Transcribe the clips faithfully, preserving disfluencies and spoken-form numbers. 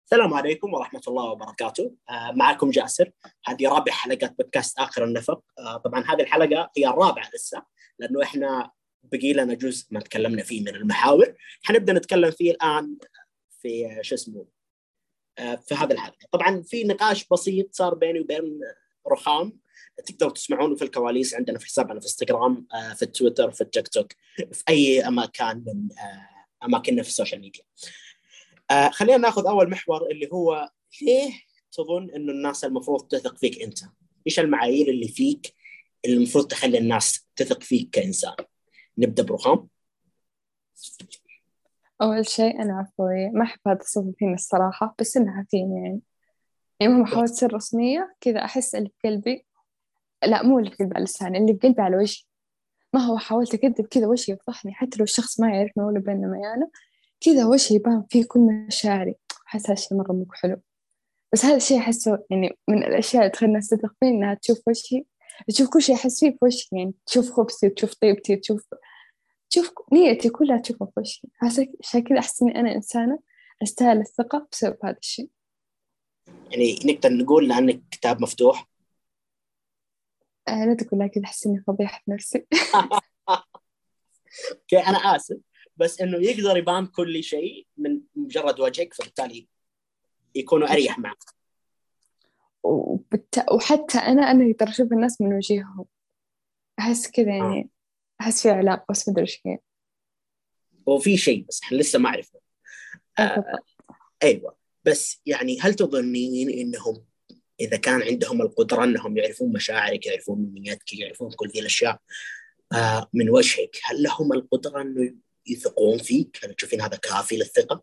السلام عليكم ورحمة الله وبركاته. آه، معكم جاسر. هذه رابع حلقة بودكاست آخر النفق. آه، طبعا هذه الحلقة هي الرابعة لسه، لأنه إحنا بقي لنا جزء ما تكلمنا فيه من المحاور، حنبدأ نتكلم فيه الآن في شو اسمه آه، في هذه الحلقة. طبعا في نقاش بسيط صار بيني وبين رخام، تقدروا تسمعونه في الكواليس عندنا في حسابنا في انستغرام، آه، في تويتر، في التيك توك، في أي مكان من آه، أماكننا في السوشيال ميديا. آه خلينا ناخذ اول محور اللي هو ليه تظن انه الناس المفروض تثق فيك انت؟ ايش المعايير اللي فيك اللي المفروض تخلي الناس تثق فيك كإنسان؟ نبدأ برخام. أول شيء أنا عفوية ما أحب هذا الصفة فيني الصراحة، بس إنها فيني يعني يعني مهما حاولت تصير رسمية كذا أحس اللي في قلبي، لا مو اللي في قلبي على لساني، اللي في قلبي على وجهي. مهما حاولت أكذب كذا وجهي يفضحني، حتى لو الشخص ما يعرفني ولا بيننا ميانة، كذا وجهي يبان فيه كل مشاعري. أحس هالشي مرة مو حلو، بس هذا الشيء أحسه يعني من الأشياء اللي تخلي الناس تثق فيني، إنها تشوف وجهي، تشوف كل شيء أحس فيه في وجهي، يعني تشوف خبثي وتشوف طيبتي، تشوف تشوف نيتي كلها تشوفها في وجهي. عشان كذا أحس إني أنا إنسانة أستاهل الثقة بسبب هذا الشيء. يعني نقدر نقول لأنك كتاب مفتوح. آه لا تقول لها كذا، أحس إني فضيحة نفسي. اوكي انا اسف، بس انه يقدر يبان كل شيء من مجرد وجهك، فبالتالي يكونوا اريح معك. وبت... وحتى أنا أنا أقدر أشوف الناس من وجههم، أحس كذا آه. يعني، أحس في علاقة بس ما أدري إيش هي. وفي شيء بس احنا لسه ما عرفنا. آه آه. بالضبط. ايوه، بس يعني هل تظنين انهم اذا كان عندهم القدره انهم يعرفون مشاعرك، يعرفون نياتك، يعرفون كل ذي الاشياء آه من وجهك، هل لهم القدره انه يثقون فيك؟ هل تشوفين هذا كافي للثقه؟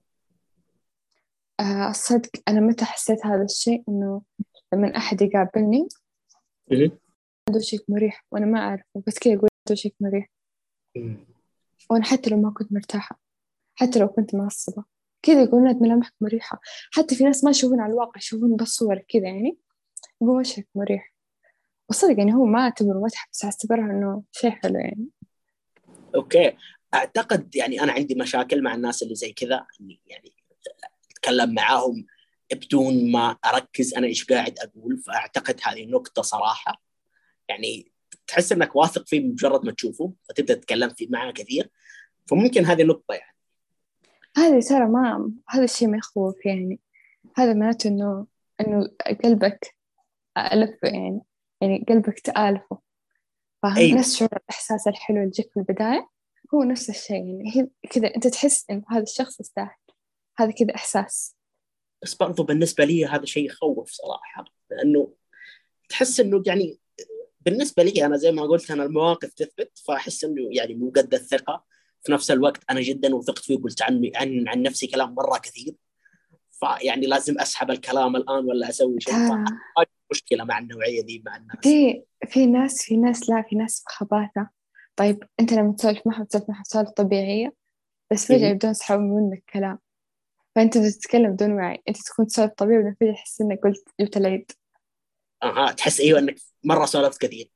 آه صدق أنا متى حسيت هذا الشيء، إنه لما أحد يقابلني مهم. عنده وشك مريح وأنا ما أعرفه، بس كذا يقول عنده وشك مريح، مم. وأنا حتى لو ما كنت مرتاحة، حتى لو كنت معصبة، كذا يقولون إنها ملامحك مريحة. حتى في ناس ما يشوفون على الواقع، يشوفون بس صور كذا يعني، يقول وشك مريح. وصدق يعني هو ما أعتبره مدح، بس أعتبرها إنه شيء حلو يعني. اوكي. اعتقد يعني انا عندي مشاكل مع الناس اللي زي كذا، اني يعني اتكلم معاهم بدون ما اركز انا ايش قاعد اقول، فاعتقد هذه نقطه صراحه. يعني تحس انك واثق فيه مجرد ما تشوفه، فتبدا تتكلم فيه معه كثير، فممكن هذه نقطه يعني. هذه ترى ما هذا الشيء ما يخوف يعني، هذا معناته إنه إنه قلبك ألف يعني، يعني قلبك تآلفه. فاهم؟ ايوه، نفس شعور الإحساس الحلو اللي يجيك في البداية، هو نفس الشيء يعني. هي كذا أنت تحس إنه هذا الشخص يستاهل، هذا كذا إحساس. بس برضو بالنسبه لي هذا شيء يخوف صراحه، لانه تحس انه يعني بالنسبه لي انا زي ما قلت، انا المواقف تثبت، فاحس انه يعني مو قد الثقه. في نفس الوقت انا جدا وثقت فيه، قلت عني عن عن نفسي كلام مره كثير، فيعني لازم اسحب الكلام الان ولا اسوي شيء. ترى فهذه مشكله مع النوعيه دي مع الناس. في في ناس في ناس لا في ناس خباثة. طيب أنت لما تسولف معهم تسولف معهم سوالف طبيعية، بس فجأة مهم. يبدون يسحبون منك كلام، فأنت تتكلم بدون وعي، أنت تكون تسولف طبيعي وبعدين فجأة تحس إنك قلت جبت العيد. اها، تحس ايوه انك مره سولفت كثير.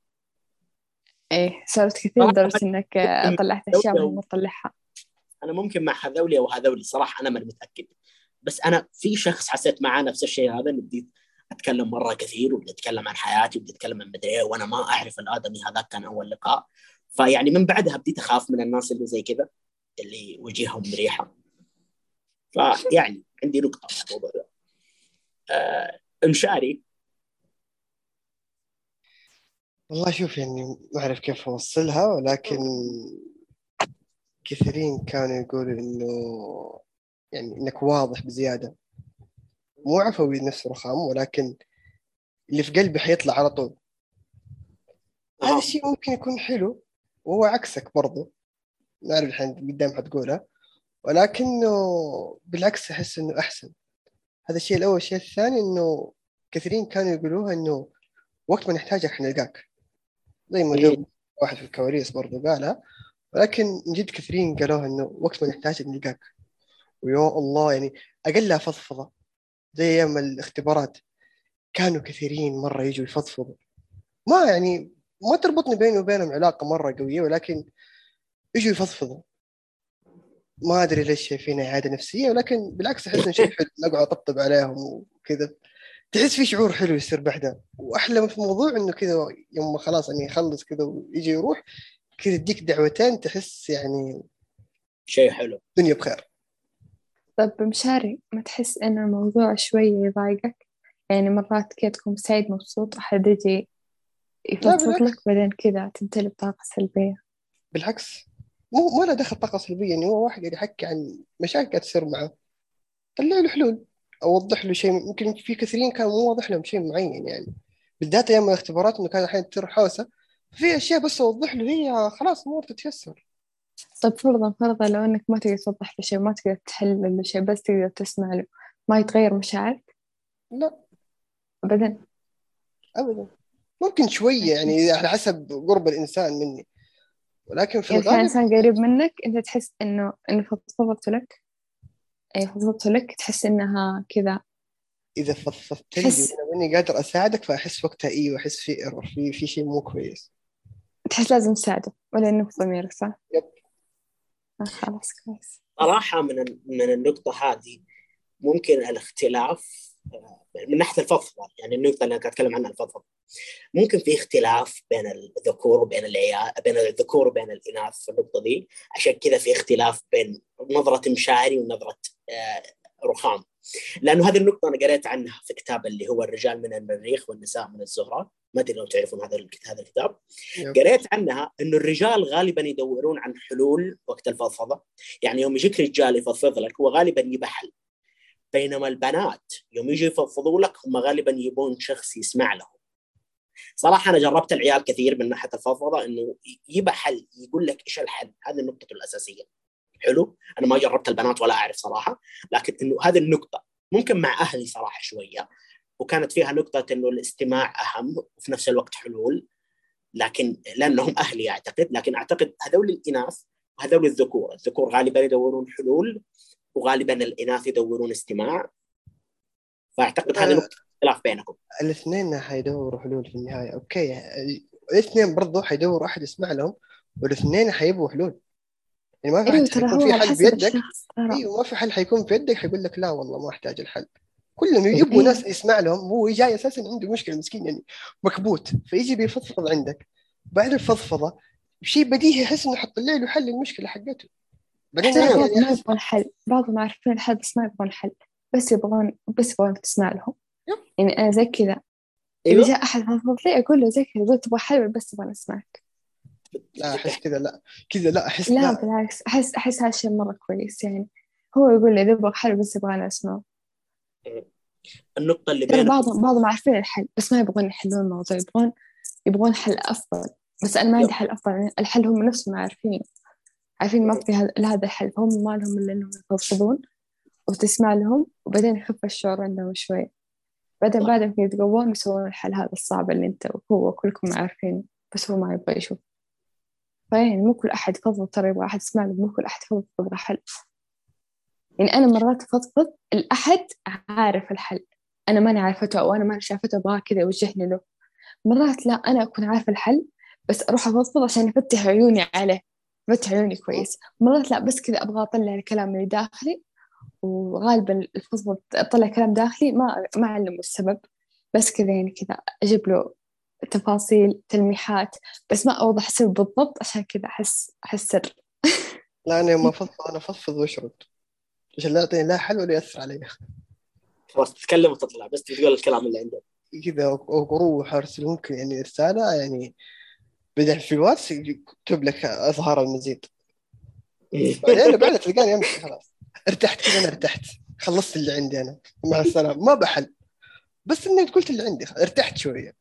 إيه سولفت كثير صراحه لدرجة إنك آه، ممكن طلعت مع أشياء ما هي هذولي، مطلعها. انا ممكن مع هذولي وهذولي صراحه انا ماني متاكد. بس انا في شخص حسيت معاه نفس الشيء هذا، اني بديت اتكلم مره كثير وبديت اتكلم عن حياتي وبديت اتكلم عن مدري ايه، وانا ما اعرف الادمي هذا، كان اول لقاء. فيعني من بعدها بديت اخاف من الناس اللي زي كذا، اللي وجيههم مريحه. فيعني عندي نقطه في الموضوع ده. آه مشاري. والله شوف، يعني ما أعرف كيف أوصلها، ولكن كثيرين كانوا يقولوا إنه يعني إنك واضح بزيادة، مو عفوي نفس رخام، ولكن اللي في قلبي حيطلع على طول. هذا اها. الشيء ممكن يكون حلو، وهو عكسك برضو، ما أعرف الحين قدام حتقولها، ولكنه بالعكس أحس إنه أحسن. هذا الشيء الأول. الشيء الثاني إنه كثيرين كانوا يقولوها إنه وقت ما نحتاجك حنلقاك، زي ما مهم. دوب واحد في الكواليس برضو قالها. ولكن من جد كثيرين قالوها إنه وقت ما نحتاجك نلقاك. ويا الله، يعني أقلها فضفضة زي أيام الاختبارات، كانوا كثيرين مرة يجوا يفضفضوا. ما يعني ما تربطني بيني وبينهم علاقة مرة قوية، ولكن يجوا يفضفضوا. ما ادري ليش شايفينها عاده نفسيه، ولكن بالعكس احس انه شيء حلو، نقعد اطبطب عليهم وكذا، تحس في شعور حلو يصير بعدها. واحلى في الموضوع انه كذا يوم خلاص يعني يخلص كذا ويجي يروح كذا يديك دعوتين، تحس يعني شيء حلو. الدنيا بخير. طب مشاري، ما تحس إن الموضوع شوية يضايقك؟ يعني مرات كده تكون سعيد مبسوط أحد يجي لا يفضفض لك بالعكس، بعدين كذا تمتلي بطاقة سلبية. بالعكس مو ما له دخل طاقه سلبيه، يعني هو واحد قاعد يحكي عن مشاكل قاعد تصير معه، طلع له حلول، اوضح له شيء ممكن في كثيرين كان مو واضح لهم شيء معين، يعني بالذات ايام الاختبارات انه كان الحين تصير حوسه، في اشياء بس اوضح له هي خلاص الامور تتيسر. طب فرضا فرضا لو إنك ما تقدر توضح له شيء، ما تقدر تحل له شيء، بس تقدر تسمع له، ما يتغير مشاعرك لا أبدا؟ ابدا، ممكن شويه يعني على حسب قرب الانسان مني، ولكن في يعني كان الغالب إنسان قريب منك أنت تحس إنه إنه فضفضت لك، أي فضفضت لك تحس إنها كذا، اذا فضفضت لي تحس وانا ماني قادر اساعدك فاحس وقتها ايوه، احس في ايرور، في في شيء مو كويس. تحس لازم تساعده ولا إنه في ضميرك، صح؟ يب. آه خلاص كويس. صراحة من من النقطة هذه ممكن الاختلاف آه، من ناحية الفضفضة، يعني النقطة اللي أنا أتكلم عنها الفضفضة، ممكن في اختلاف بين الذكور وبين العيال، بين الذكور وبين الإناث في النقطة دي، عشان كذا في اختلاف بين نظرة مشاعري ونظرة آه، رخام. لأنه هذه النقطة أنا قريت عنها في كتاب اللي هو الرجال من المريخ والنساء من الزهرة، ما أدري لو تعرفون هذا هذا الكتاب. يب. قريت عنها إنه الرجال غالبا يدورون عن حلول وقت الفضفضة، يعني يوم يجيك رجال يفضفض لك هو غالبا يبى حل، بينما البنات يوم يجوا يفضفضوا لك هم غالبا يبون شخص يسمع لهم. صراحة أنا جربت العيال كثير من ناحية الفضفضة، إنه يبى حل، يقول لك إيش الحل، هذه النقطة الأساسية. حلو، أنا ما جربت البنات ولا أعرف صراحة، لكن إنه هذه النقطة ممكن مع أهلي صراحة شوية، وكانت فيها نقطة إنه الاستماع أهم وفي نفس الوقت حلول، لكن لأنهم أهلي أعتقد، لكن أعتقد هذول الإناث وهذول الذكور، الذكور غالبا يدورون حلول وغالبا الإناث يدورون استماع، فأعتقد هذه آه، نقطة اختلاف بينكم. الاثنين حيدوروا حلول في النهايه، اوكي، الاثنين برضو حيدوروا احد يسمع لهم، والاثنين حيبغوا حلول، يعني ما في أيوة احد ترى حيكون هو في على حل حسب بيدك. الشخص ترى. ايوه، ما في حل حيكون في يدك حيقول لك لا والله ما احتاج الحل، كلهم يبغوا أيوة ناس يسمع لهم، هو جاي اساسا عنده مشكله مسكين يعني مكبوت، فيجي بيفضفض عندك، بعد الفضفضه شيء بديهي يحس انه حطلع له حل المشكله حقته، بعدين ترى يا اخي بعضهم يعني ما احس. يبغون حل، بعضهم عارفين الحل بس ما يبغون حل، بس يبغون بس يبغونك تسمع لهم. يب. يعني أنا زي كذا، إذا ايوه. جاء أحد فضفض لي أقول له زي كذا، قلت تبغى حل بس أبغى أسمعك. لا احس كذا، لا كذا، لا احس لا لا. بالعكس، أحس أحس هذا الشيء مرة كويس يعني. هو يقول لي إذا أبغى حل بس أبغى أنا أسمعه. النقطة اللي ترى بينكم. بعضهم بعضهم عارفين الحل بس ما يبغون يحلون الموضوع، يبغون يبغون حل أفضل، بس أنا ما عندي يب. حل أفضل. يعني الحل هم نفسهم عارفين، عارفين ما في هذا هذا الحل، فهم ما لهم إلا إنهم يفضفضون وتسمع لهم، وبعدين يخف الشعور عندهم شوي، بعدين صح. بعدين يتقوون يسوون الحل هذا الصعب اللي أنت وهو كلكم عارفين، بس هو ما يبغى يشوف. فيعني مو كل أحد يفضفض ترى يبغى أحد يسمع له، مو كل أحد يفضفض يبغى حل. يعني أنا مرات أفضفض الأحد عارف الحل، أنا ماني عارفته أو أنا ماني شافته أبغاه كذا يوجهني له. مرات لا، أنا أكون عارفة الحل بس أروح أفضفض عشان يفتح عيوني عليه، يفتح عيوني كويس. مرات لا، بس كذا أبغى أطلع الكلام اللي داخلي، وغالبا الفضفض أطلع كلام داخلي ما ما أعلمه السبب، بس كذا يعني كذا أجيب له تفاصيل تلميحات، بس ما أوضح السبب بالضبط عشان كذا أحس أحس سر. لا انا يوم افضفض انا افضفض واشرد عشان لا يعطيني لا حل ولا ياثر علي، خلاص تتكلم وتطلع بس تقول الكلام اللي عندك. كذا واروح ارسل ممكن يعني رساله يعني بدل في الواتس يكتب لك اظهار المزيد، بعدين بعدها تلقاني امشي خلاص، ارتحت كذا، انا ارتحت خلصت اللي عندي انا، مع السلامه، ما بحل بس اني قلت اللي عندي ارتحت شويه.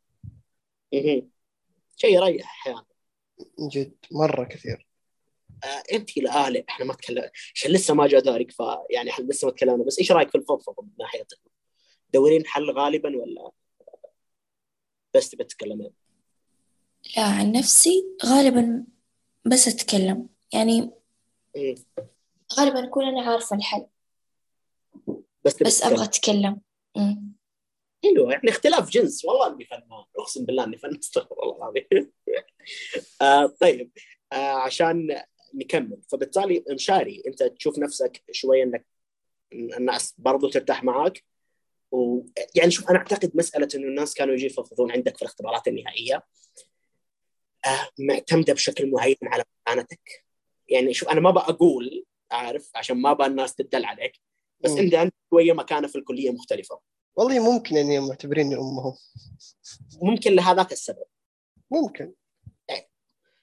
شيء يريح احيانا. من جد مره كثير. آه، انت لاهلك احنا ما تكلمنا عشان لسه ما جاء دورك، فيعني احنا لسه ما تكلمنا، بس ايش رايك في الفضفضه من ناحيه تدورين حل غالبا ولا بس تبي تتكلمين؟ لا عن نفسي غالبا بس أتكلم، يعني مم. غالبا أكون أنا عارفة الحل بس تبي بس أبغى تتكلم. أتكلم. أمم. حلو، يعني اختلاف جنس، والله اني فنان، اقسم بالله اني فنان، استغفر الله العظيم. آه طيب، آه عشان نكمل. فبالتالي انشاري انت تشوف نفسك شويه انك الناس برضو ترتاح معك. ويعني شوف، انا اعتقد مساله انه الناس كانوا يجي يفضفضون عندك في الاختبارات النهائيه آه معتمده بشكل معين على مكانتك. يعني شوف، انا ما بقول عارف عشان ما بقى الناس تدل عليك، بس مم. انت عندك شويه مكانه في الكليه مختلفه. والله ممكن يعني معتبريني امهم. ممكن لهذاك السبب. ممكن. يعني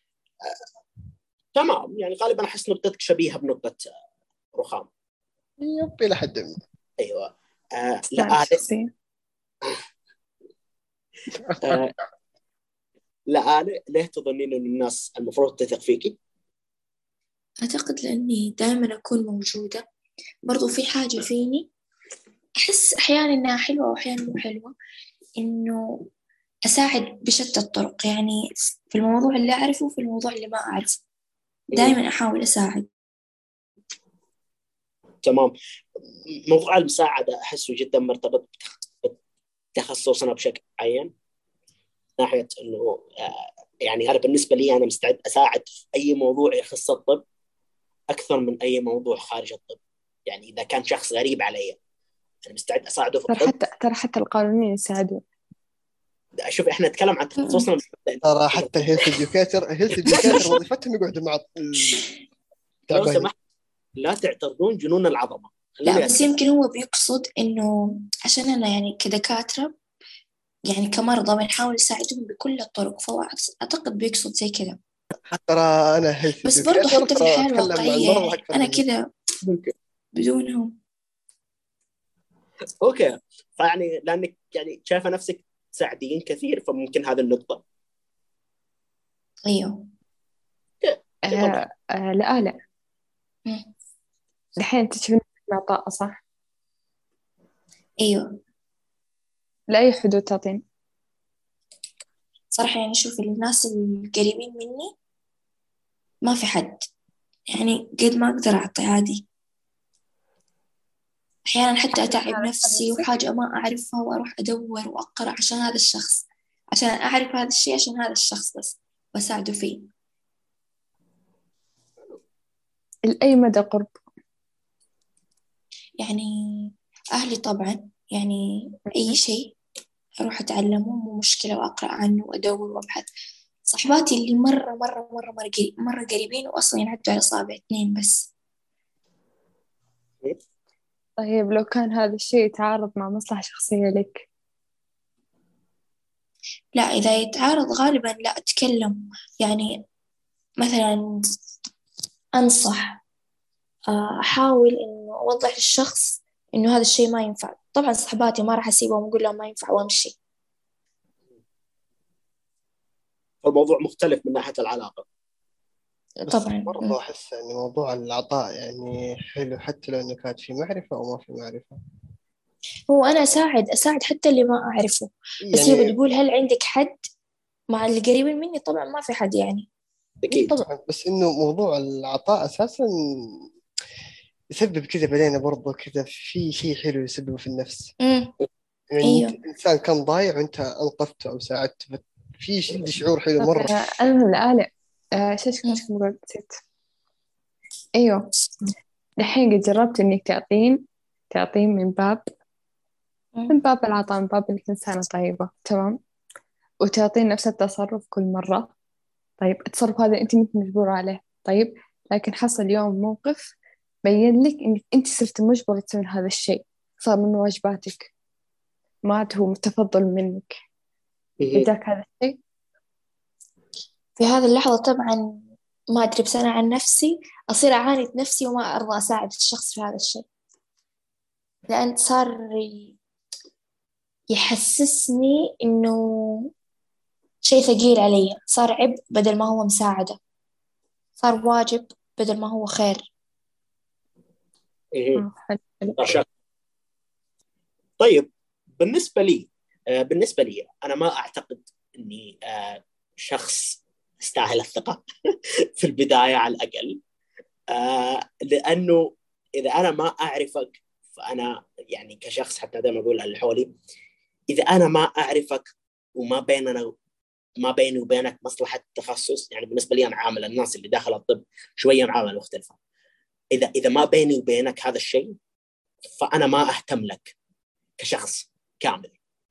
تمام، يعني غالبا احس نقطتك شبيهه بنقطه رخام. يب الى حد ما. ايوه. آه لا نعرف آه شخصيا. آه لا آه ليه تظنين ان الناس المفروض تثق فيكي؟ أعتقد لأني دائما أكون موجودة. برضو في حاجة فيني أحس أحيانا إنها حلوة وأحيانا مو حلوة، إنه أساعد بشتى الطرق، يعني في الموضوع اللي أعرفه وفي الموضوع اللي ما أعرفه دائما أحاول أساعد. تمام. موضوع المساعده احسه جدا مرتبط بتخصصنا بشكل معين، ناحيه انه آه يعني انا بالنسبه لي انا مستعد اساعد في اي موضوع يخص الطب اكثر من اي موضوع خارج الطب. يعني اذا كان شخص غريب علي انا مستعد اساعده في ترى الطب. حتى ترى حتى القانونيين يساعدون. شوف احنا نتكلم عن تخصصنا مش ترى حتى الهيلث اديوكيتر الهيلث اديوكيتر وظيفتهم يقعدوا مع لو التعبانين. سمحت لا تعترضون جنون العظمه. لا خليني بس أتكلم. يمكن هو بيقصد إنه عشان أنا يعني كدكاترة، يعني كمرضى بنحاول نساعدهم بكل الطرق، فهو أعتقد بيقصد زي كذا. ترى انا هيلث بس برضو اديوكيتر، حتى في ترى الحياة اتكلم مع الواقعية المرضى يعني اكثر أنا منك. كذا ممكن. بدونهم. اوكي، فيعني لانك يعني شايفه نفسك تساعدين كثير فممكن هذه النقطه. أيوه. آه آه لا لا مم. الحين تشوفين نفسك مع طاقة صح؟ أيوه لأي حدود تعطين؟ صراحة يعني شوف الناس القريبين مني ما في حد، يعني قد ما أقدر أعطي عادي. أحيانا حتى أتعب نفسي وحاجة ما أعرفها وأروح أدور وأقرأ عشان هذا الشخص، عشان أعرف هذا الشيء عشان هذا الشخص بس وأساعده فيه. لأي مدى قرب؟ يعني أهلي طبعا، يعني أي شيء أروح أتعلمه مو مشكلة وأقرأ عنه وأدور وأبحث. صحباتي اللي مرة مرة مرة مرة قريب مرة قريبين وأصلا ينعدوا على أصابع اثنين بس. طيب لو كان هذا الشيء يتعارض مع مصلحة شخصية لك؟ لا إذا يتعارض غالبا لا أتكلم، يعني مثلا أنصح، أحاول إنه أوضح للشخص إنه هذا الشيء ما ينفع. طبعا صحباتي ما راح أسيبهم وأقول لهم ما ينفع وأمشي. الموضوع مختلف من ناحيه العلاقه. بس طبعا. برضه احس ان موضوع العطاء يعني حلو حتى لو انه كانت في معرفه او ما في معرفه. هو أنا أساعد أساعد حتى اللي ما أعرفه، بس هي يعني بتقول هل عندك حد مع اللي قريبين مني؟ طبعا ما في حد يعني. إيه اكيد. طبعا، بس انه موضوع العطاء اساسا يسبب كذا بدينا برضه كذا في شيء حلو يسببه في النفس. امم. يعني انت أيوه. انسان كان ضايع وانت انقذته او ساعدته، في شيء شعور حلو طب مره. آه، المهم لا لا آه شاش كنت بقول نسيت. أيوه الحين قد جربت إنك تعطين تعطين من باب من باب العطاء، من باب إنك إنسانة طيبة تمام، وتعطين نفس التصرف كل مرة. طيب التصرف هذا أنت مش مجبورة عليه، طيب لكن حصل اليوم موقف بين لك إنك أنت صرت مجبرة تسوين هذا الشيء، صار من واجباتك، ما عاد هو متفضل منك. يجاك هذا الشيء؟ في هذه اللحظة طبعا ما أدري، بس أنا عن نفسي أصير أعاند نفسي وما أرضى أساعد الشخص في هذا الشيء، لأن صار يحسسني إنه شيء ثقيل علي، صار عبء بدل ما هو مساعدة، صار واجب بدل ما هو خير. اها. آه حلو حلو. طيب بالنسبه لي آه بالنسبه لي انا ما اعتقد اني آه شخص يستاهل الثقه في البدايه على الاقل. آه لانه اذا انا ما اعرفك فانا يعني كشخص حتى دائما اقول اللي حولي اذا انا ما اعرفك وما بيننا ما بيني وبينك مصلحة تخصص، يعني بالنسبة لي أنا عامل الناس اللي داخل الطب شوية معاملة مختلفة. إذا إذا ما بيني وبينك هذا الشيء فأنا ما أهتم لك كشخص كامل.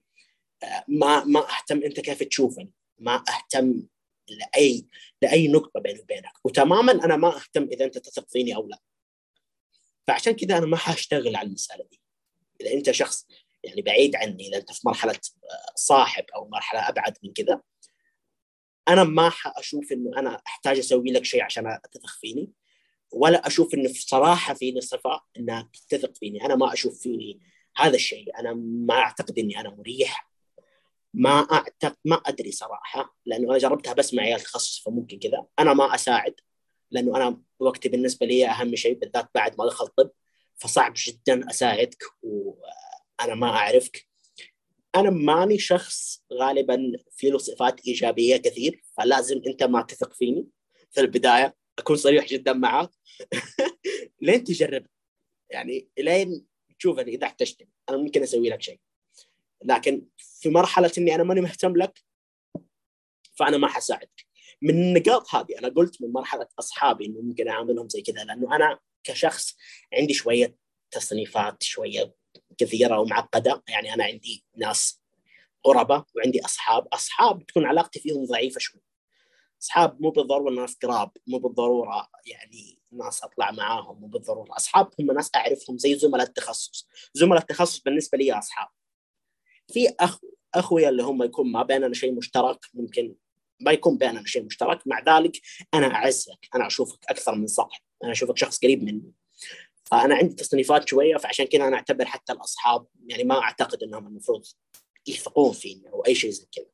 ما ما أهتم أنت كيف تشوفني، ما أهتم لأي لأي نقطة بيني وبينك، وتماما أنا ما أهتم إذا أنت تثق فيني أو لا. فعشان كذا أنا ما حاشتغل على المسألة دي. إذا أنت شخص يعني بعيد عني، إذا أنت في مرحلة صاحب أو مرحلة أبعد من كذا، أنا ما حأشوف إنه أنا أحتاج أسوي لك شيء عشان تثق فيني، ولا أشوف إنه في صراحة فيني صفة إنك تثق فيني. أنا ما أشوف فيني هذا الشيء. أنا ما أعتقد إني أنا مريح. ما أعتقد، ما أدري صراحة، لأنه أنا جربتها بس مع عيال تخصص فممكن كذا. أنا ما أساعد، لأنه أنا وقتي بالنسبة لي أهم شيء، بالذات بعد ما دخلت طب، فصعب جدا أساعدك وأنا ما أعرفك. أنا ماني شخص غالبا في له صفات إيجابية كثير، فلازم أنت ما تثق فيني في البداية. أكون صريح جدا معك لين تجرب، يعني لين تشوفني. إذا احتجتني أنا ممكن أسوي لك شيء، لكن في مرحلة إني أنا ماني مهتم لك فأنا ما حساعدك. من النقاط هذه أنا قلت من مرحلة أصحابي إنه ممكن أعاملهم زي كذا، لأنه أنا كشخص عندي شوية تصنيفات شوية كثيرة ومعقدة. يعني أنا عندي ناس قربة وعندي أصحاب. أصحاب تكون علاقتي فيهم ضعيفة شوي. أصحاب مو بالضرورة ناس قراب، مو بالضرورة يعني ناس أطلع معاهم، مو بالضرورة أصحاب. هم ناس أعرفهم زي زملاء التخصص. زملاء التخصص بالنسبة لي أصحاب. في أخ أخويا اللي هم يكون ما بيننا شيء مشترك، ممكن ما يكون بيننا شيء مشترك، مع ذلك أنا أعزك، أنا أشوفك أكثر من صاحب، أنا أشوفك شخص قريب مني. فأنا عندي تصنيفات شوية، فعشان كذا أنا أعتبر حتى الأصحاب يعني ما أعتقد أنهم المفروض يثقون فيني أو أي شيء زي كذا.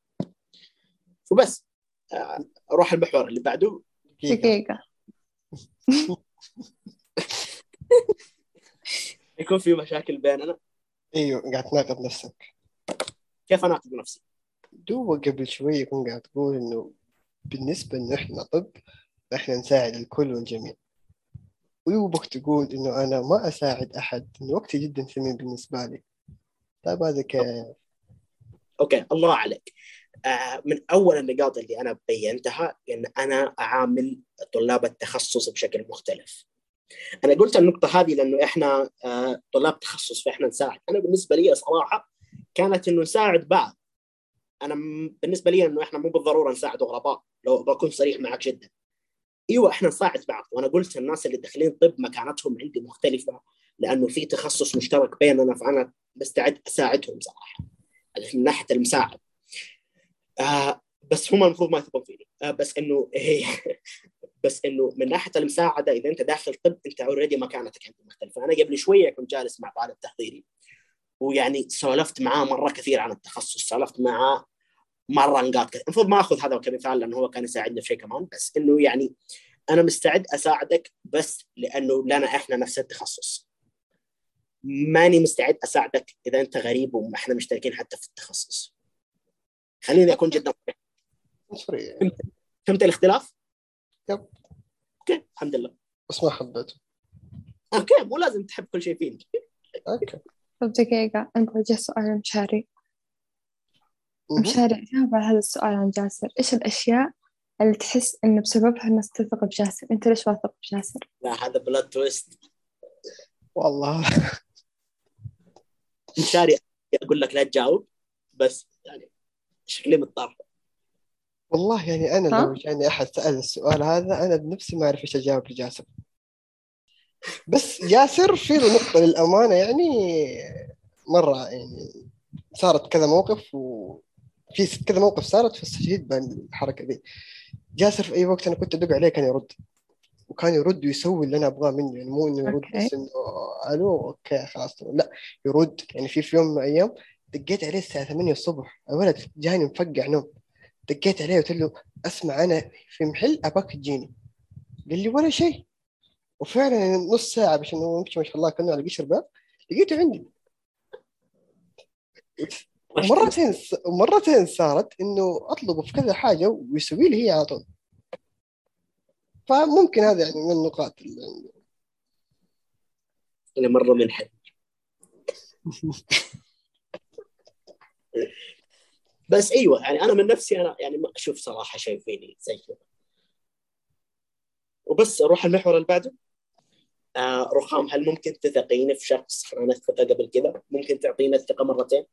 فبس أروح المحور اللي بعده. دقيقة. يكون في مشاكل بيننا. ايوه قاعد تناقض نفسك. كيف أناقض نفسي؟ دو قبل شوية كنت قاعد تقول إنه بالنسبة إنه إحنا طب إحنا نساعد الكل والجميع، ويوبك تقول إنه أنا ما أساعد أحد، إنه وقتي جدا ثمين بالنسبة لي. طيب هذا كيف؟ أوكي، الله عليك. آه من أول النقاط اللي أنا بينتها إن أنا أعامل طلاب التخصص بشكل مختلف. أنا قلت النقطة هذه لأنه إحنا آه طلاب تخصص فإحنا نساعد. أنا بالنسبة لي صراحة كانت إنه نساعد بعض. أنا بالنسبة لي إنه إحنا مو بالضرورة نساعد غرباء، لو بكون صريح معك جدا. ايوه احنا نساعد بعض، وانا قلت الناس اللي داخلين طب مكانتهم عندي مختلفه، لانه في تخصص مشترك بيننا، فانا بستعد اساعدهم صراحه من ناحيه المساعد. آه بس هم المفروض ما يثقون فيني. آه بس انه بس انه من ناحيه المساعده، اذا انت داخل طب انت اوريدي مكانتك عندي مختلفه. انا قبل شويه كنت جالس مع طالب تحضيري، ويعني سولفت معاه مره كثير عن التخصص، سولفت معاه مره نقاط كثير. المفروض ما اخذ هذا كمثال لانه هو كان يساعدني في شيء كمان، بس انه يعني أنا مستعد أساعدك بس لأنه لنا إحنا نفس التخصص. ماني مستعد أساعدك إذا أنت غريب وإحنا مشتركين حتى في التخصص. خليني أكون جدا مصري. فهمت, فهمت الاختلاف؟ يب. أوكي الحمد لله. بس ما حبيته. أوكي مو لازم تحب كل شيء فيني. أوكي. طب دقيقة، أنا بوجه سؤال مشاري. مهم. مشاري جاوب على هذا السؤال عن جاسر. إيش الأشياء اللي تحس إنه بسببها الناس تثق بجاسر؟ أنت ليش واثق بجاسر؟ لا هذا بلاد تويست. والله مشاري أقول لك لا تجاوب، بس يعني شكلي مضطر. والله يعني أنا لو ها؟ جاني أحد سأل السؤال هذا أنا بنفسي ما أعرف إيش أجاوب لجاسر. بس جاسر في له نقطة للأمانة، يعني مرة يعني صارت كذا موقف، وفي كذا موقف صارت فاستشهد بالحركة دي. جاسر في أي وقت أنا كنت أدق عليه كان يرد، وكان يرد ويسوي اللي أنا أبغاه منه. يعني مو إنه يرد أوكي. بس إنه ألو أوكي خلاص، لا يرد. يعني في في يوم من الأيام دقيت عليه الساعة ثمانية الصبح، الولد جاني مفقع نوم، دقيت عليه وقلت له أسمع أنا في محل أباك تجيني. قال لي ولا شيء، وفعلا نص ساعة باش إنه يمشي ما شاء الله كأنه على قشر باب لقيته عندي. ومرتين مرتين صارت إنه أطلبه في كذا حاجة ويسوي لي هي على طول. فممكن هذا يعني من النقاط اللي أنا مرة منحل. بس ايوه يعني انا من نفسي انا يعني ما اشوف صراحه شيء فيني زي كذا. وبس اروح المحور اللي بعده. آه رخام، هل ممكن تثقين في شخص انا اثقه قبل كذا؟ ممكن تعطينا الثقه مرتين؟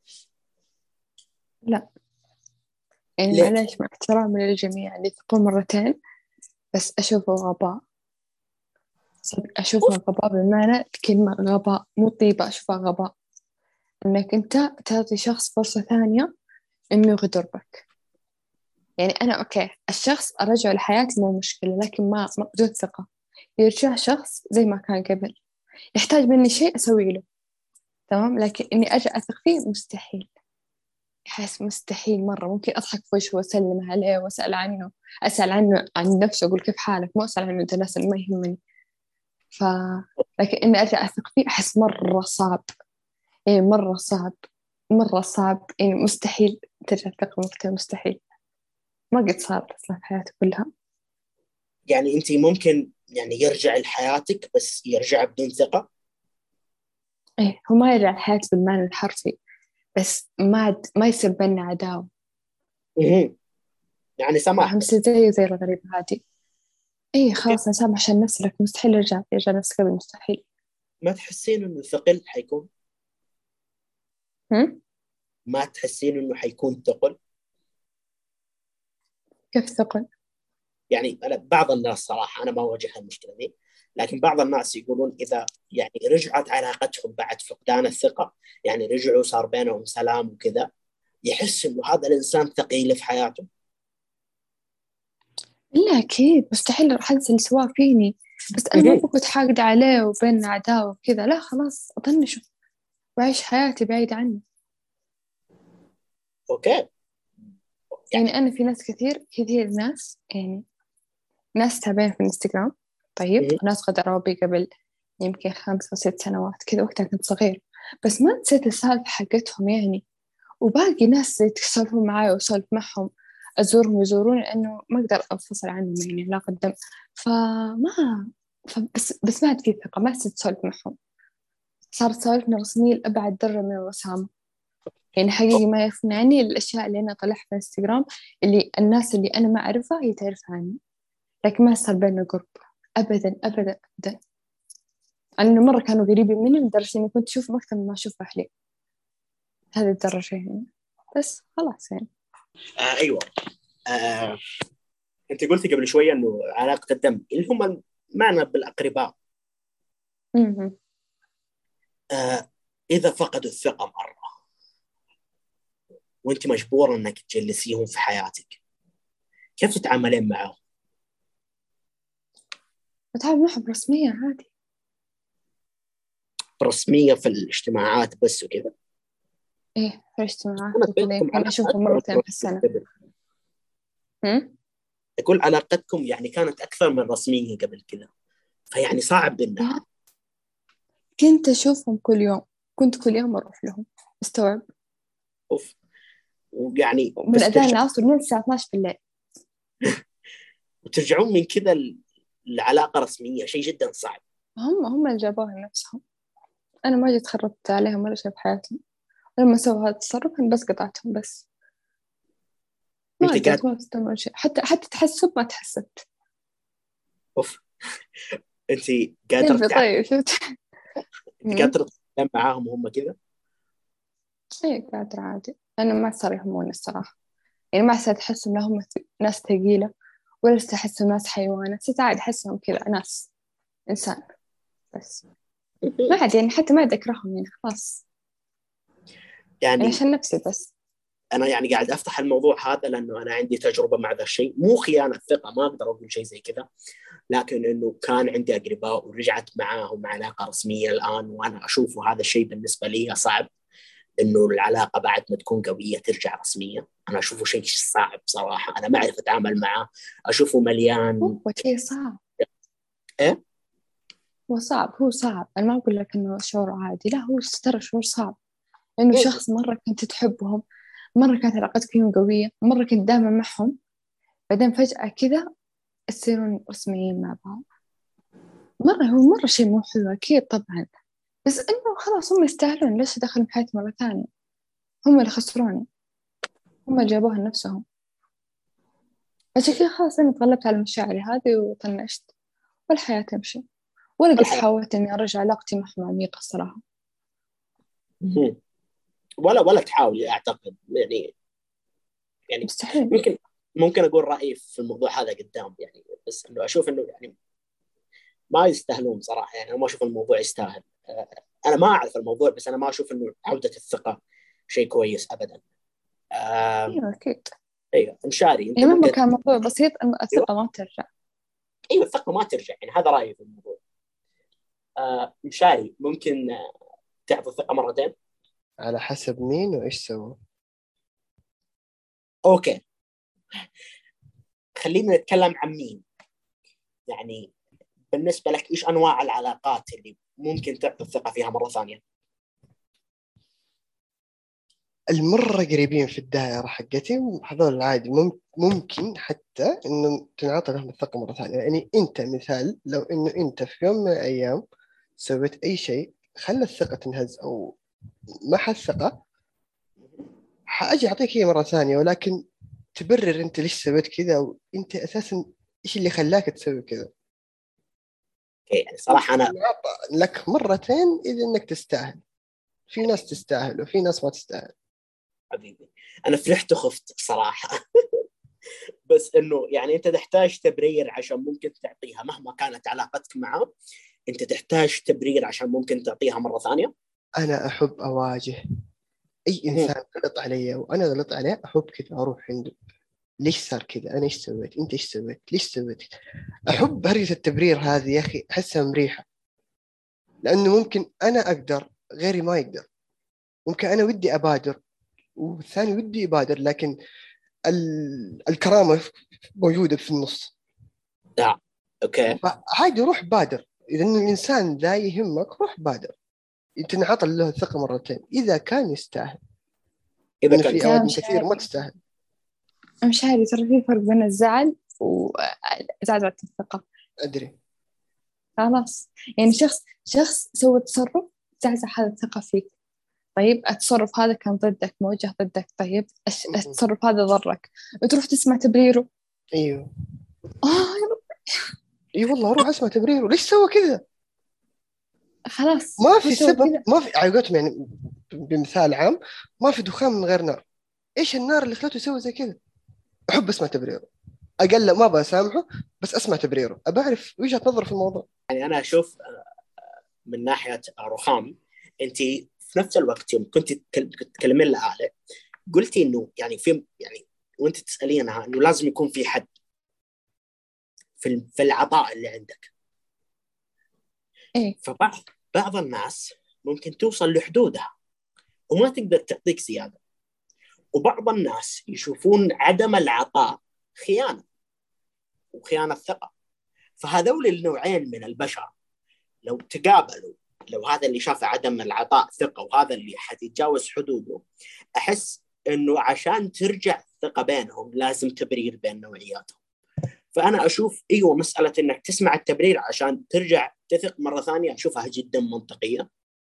لا يعني ليه؟ معلش، مع احترامي للجميع اللي يثقون مرتين، بس أشوفه غباء. صدق أشوفه غباء بمعنى الكلمة غباء، مو طيبة، أشوفها غباء. إنك أنت تعطي شخص فرصة ثانية إنه يغدر بك. يعني أنا أوكي الشخص أرجعه لحياتي مو مشكلة، لكن ما ما- بدون ثقة. يرجع شخص زي ما كان قبل، يحتاج مني شيء أسوي له تمام، لكن إني أرجع أثق فيه مستحيل. أحس مستحيل مرة. ممكن أضحك في وجهه وأسلم عليه وأسأل عنه، أسأل عنه عن نفسه، أقول كيف حالك، مو أسأل عنه ده ناس ما يهمني. ف لكن إني أرجع أثق فيه أحس مرة صعب، يعني مرة صعب، مرة صعب، يعني مستحيل ترجع الثقة مرتين، مستحيل. ما قد صار أصلا في حياتي كلها. يعني انت ممكن يعني يرجع لحياتك بس يرجع بدون ثقه؟ إيه، هو ما يرجع لحياتي بالمعنى الحرفي، بس ما عد ما يصير بيننا عداوة. مهم. يعني سماح فاهم؟ بس. يصير زي زي الغريب عادي. إيه اوكي. خلاص أنا سامح عشان نفسي، لكن مستحيل يرجع يرجع نفسي قبل، مستحيل. ما تحسين انه ثقل حيكون؟ هم؟ ما تحسين انه حيكون ثقل؟ كيف ثقل؟ يعني أنا بعض الناس صراحة أنا ما أواجه المشكلة دي، لكن بعض الناس يقولون إذا يعني رجعت علاقتهم بعد فقدان الثقة، يعني رجعوا صار بينهم سلام وكذا، يحس إنه هذا الإنسان ثقيل في حياته. لا أكيد مستحيل راح أنسى اللي سواه فيني، بس أنا ما مهم. بقعد حاقدة عليه وبيننا عداوة وكذا، لا خلاص أطنشه وأعيش حياتي بعيد عنه. أوكي. يعني يعني أنا في ناس كثير كثير ناس، يعني ناس تابعين في الانستغرام طيب، مهم. وناس غدروا بي قبل يمكن خمس أو ست سنوات كذا، وقتها كنت صغير، بس ما نسيت السالفة حقتهم يعني. وباقي ناس يتسولفون معاي وأسولف معهم، أزورهم ويزوروني، لأنه ما أقدر أنفصل عنهم، يعني علاقة دم. فما فبس بس ما عاد في ثقة، ما صرت أسولف معهم. صارت سوالفنا رسمية لأبعد درجة من الرسامة. يعني حقيقي ما يعرفون عني الأشياء اللي أنا أطلعها في الانستغرام، اللي الناس اللي أنا ما أعرفها هي تعرف عني، لكن ما صار بيننا قرب أبدا أبدا أبدا. لأنه مرة كانوا قريبين مني لدرجة إني كنت أشوفهم أكثر مما أشوف أهلي، هذه الدرجة يعني. بس خلاص يعني. آه أيوة. آه أنت قلتي قبل شوية إنه علاقة الدم اللي هم معنا بالأقرباء، م-م. آه إذا فقدوا الثقة مرة وأنت مجبورة إنك تجلسيهم في حياتك، كيف تتعاملين معهم؟ بتعامل معهم رسميا عادي. رسمية في الاجتماعات بس وكذا؟ إيه في الاجتماعات كانت وكذا، بينكم يمكن علاقة أشوفهم أكبر من مرتين في رسمية السنة. قبل. م? أقول علاقتكم يعني كانت أكثر من رسمية قبل كذا، فيعني صعب يعني إنها. كنت أشوفهم كل يوم، كنت كل يوم أروح لهم، استوعب. أوف. ويعني من بس أذان ترجع العصر من الساعة اثناشر بالليل. وترجعون من كذا العلاقة رسمية، شيء جدا صعب. هم هم اللي جابوها لنفسهم، أنا ما جيت خربت عليهم ولا شيء بحياتهم. لما سووا هذا التصرف أنا بس قطعتهم بس، ما أنت قدرت قاعد. ما استوعب ولا شيء، حتى حتى تحسب ما تحسبت. أوف. أنت قادرة قلبي تتعامل. طيب شفت. أنت أمم. قادرة تتكلم معاهم وهم كذا؟ إيه قادرة عادي، أنا ما صار يهموني الصراحة. يعني ما صرت أحسهم لهم ناس ثقيلة، ولا صرت أحسهم ناس حيوانات، صرت عادي أحسهم كذا ناس إنسان بس. ما عاد يعني حتى ما عاد أكرههم يعني خلاص، يعني يعني عشان نفسي بس. أنا يعني قاعد أفتح الموضوع هذا لأنه أنا عندي تجربة مع ذا الشيء، مو خيانة ثقة، ما أقدر أقول شيء زي كذا، لكن إنه كان عندي أقرباء ورجعت معاهم علاقة رسمية الآن، وأنا أشوفه هذا الشيء بالنسبة لي صعب، إنه العلاقة بعد ما تكون قوية ترجع رسمية. أنا أشوفه شيء صعب صراحة، أنا ما أعرف أتعامل معه، أشوفه مليان. هو شيء صعب. إيه؟ هو صعب، هو صعب، أنا ما أقول لك إنه شعور عادي، لا هو ترى شعور صعب. إنه مم. شخص مرة كنت تحبهم، مرة كانت علاقتك فيهم قوية، مرة كنت دائما معهم، بعدين فجأة كذا تصيرون رسميين مع بعض. مرة هو مرة شيء مو حلو أكيد طبعا، بس إنه خلاص هم يستاهلون، ليش دخلوا بحياتي مرة ثانية؟ هم اللي خسروني. هم جابوها لنفسهم. عشان كذا خلاص أنا تغلبت على مشاعري هذه وطنشت، والحياة تمشي. ولا قد الحياة حاولت إني أرجع علاقتي معهم عميقة الصراحة. مم. ولا ولا تحاولي أعتقد يعني يعني مستحيل. ممكن ممكن أقول رأيي في الموضوع هذا قدام يعني، بس إنه أشوف إنه يعني ما يستاهلون صراحة. يعني أنا ما أشوف الموضوع يستاهل. آه، أنا ما أعرف الموضوع، بس أنا ما أشوف إنه عودة الثقة شيء كويس أبدا. آه، أيوة أكيد. أيوه مشاري أنت يعني مهما ممكن. كان موضوع بسيط، إن أيوه الثقة ما ترجع. أيوه الثقة ما ترجع، يعني هذا رأيي في الموضوع. آه، مشاري ممكن آه، تعطي الثقة مرتين. على حسب مين وإيش سوى. أوكي خلينا نتكلم عن مين. يعني بالنسبة لك إيش أنواع العلاقات اللي ممكن تعطي الثقة فيها مرة ثانية؟ المرة قريبين في الدائرة حقتي هذول عادي، مم- ممكن حتى إنه تنعطى لهم الثقة مرة ثانية. يعني أنت مثال، لو إنه أنت في يوم من الأيام سويت أي شيء خلى الثقة تنهز أو محى الثقة، حأجي أعطيك هي مرة ثانية، ولكن تبرر أنت ليش سويت كذا، أو أنت أساسا إيش اللي خلاك تسوي كذا. أوكي يعني صراحة أنا ينعطى لك مرتين إذا إنك تستاهل. في ناس تستاهل وفي ناس ما تستاهل. حبيبي أنا فرحت وخفت صراحة. بس إنه يعني أنت تحتاج تبرير عشان ممكن تعطيها مهما كانت علاقتك معه. أنت تحتاج تبرير عشان ممكن تعطيها مرة ثانية. أنا أحب أواجه أي مم. إنسان غلط علي وأنا غلط عليه، أحب كذا أروح عنده. ليش صار كذا؟ أنا إيش سويت؟ أنت إيش سويت؟ ليش سويت؟ أحب هرجة التبرير هذه يا أخي، أحسها مريحة. لأنه ممكن أنا أقدر غيري ما يقدر، ممكن أنا ودي أبادر والثاني ودي يبادر، لكن ال... الكرامة موجودة في النص. لا أوكي فعادي روح بادر، إذا إن الإنسان ذا يهمك روح بادر. تنعطى له الثقة مرتين إذا كان يستاهل، إذا لأن كان في يستاهل. يا أوقات كثير ما مشاعري، تستاهل. مشاعري ترى في فرق بين الزعل وزعزعة الثقة. أدري. خلاص، يعني شخص شخص سوى تصرف زعزع هذا الثقة فيك. طيب التصرف هذا كان ضدك، موجه ضدك. طيب الش- م-م. التصرف هذا ضرك، وتروح تسمع تبريره. أيوه. آه يا رب. اي والله اروح اسمع تبريره، ليش سوى كذا؟ خلاص ما هو في سوى سبب، كذا. ما في علاقتهم يعني. بمثال عام، ما في دخان من غير نار. ايش النار اللي خلته يسوي زي كذا؟ احب اسمع تبريره. اقل ما بسامحه، بس اسمع تبريره، ابى اعرف وجهة نظره في الموضوع. يعني أنا أشوف من ناحية رخام، أنت في نفس الوقت يوم كنت تتكلمين لآله قلتي إنه يعني في يعني وأنت تسألينها إنه لازم يكون في حد في في العطاء اللي عندك. إيه فبعض بعض الناس ممكن توصل لحدودها وما تقدر تعطيك زيادة، وبعض الناس يشوفون عدم العطاء خيانة وخيانة ثقة. فهذول النوعين من البشر لو تقابلوا، لو هذا اللي شاف عدم العطاء ثقة وهذا اللي حتتجاوز حدوده، أحس إنه عشان ترجع الثقة بينهم لازم تبرير بين نوعياتهم. فأنا أشوف أيوة مسألة إنك تسمع التبرير عشان ترجع تثق مرة ثانية أشوفها جدا منطقية.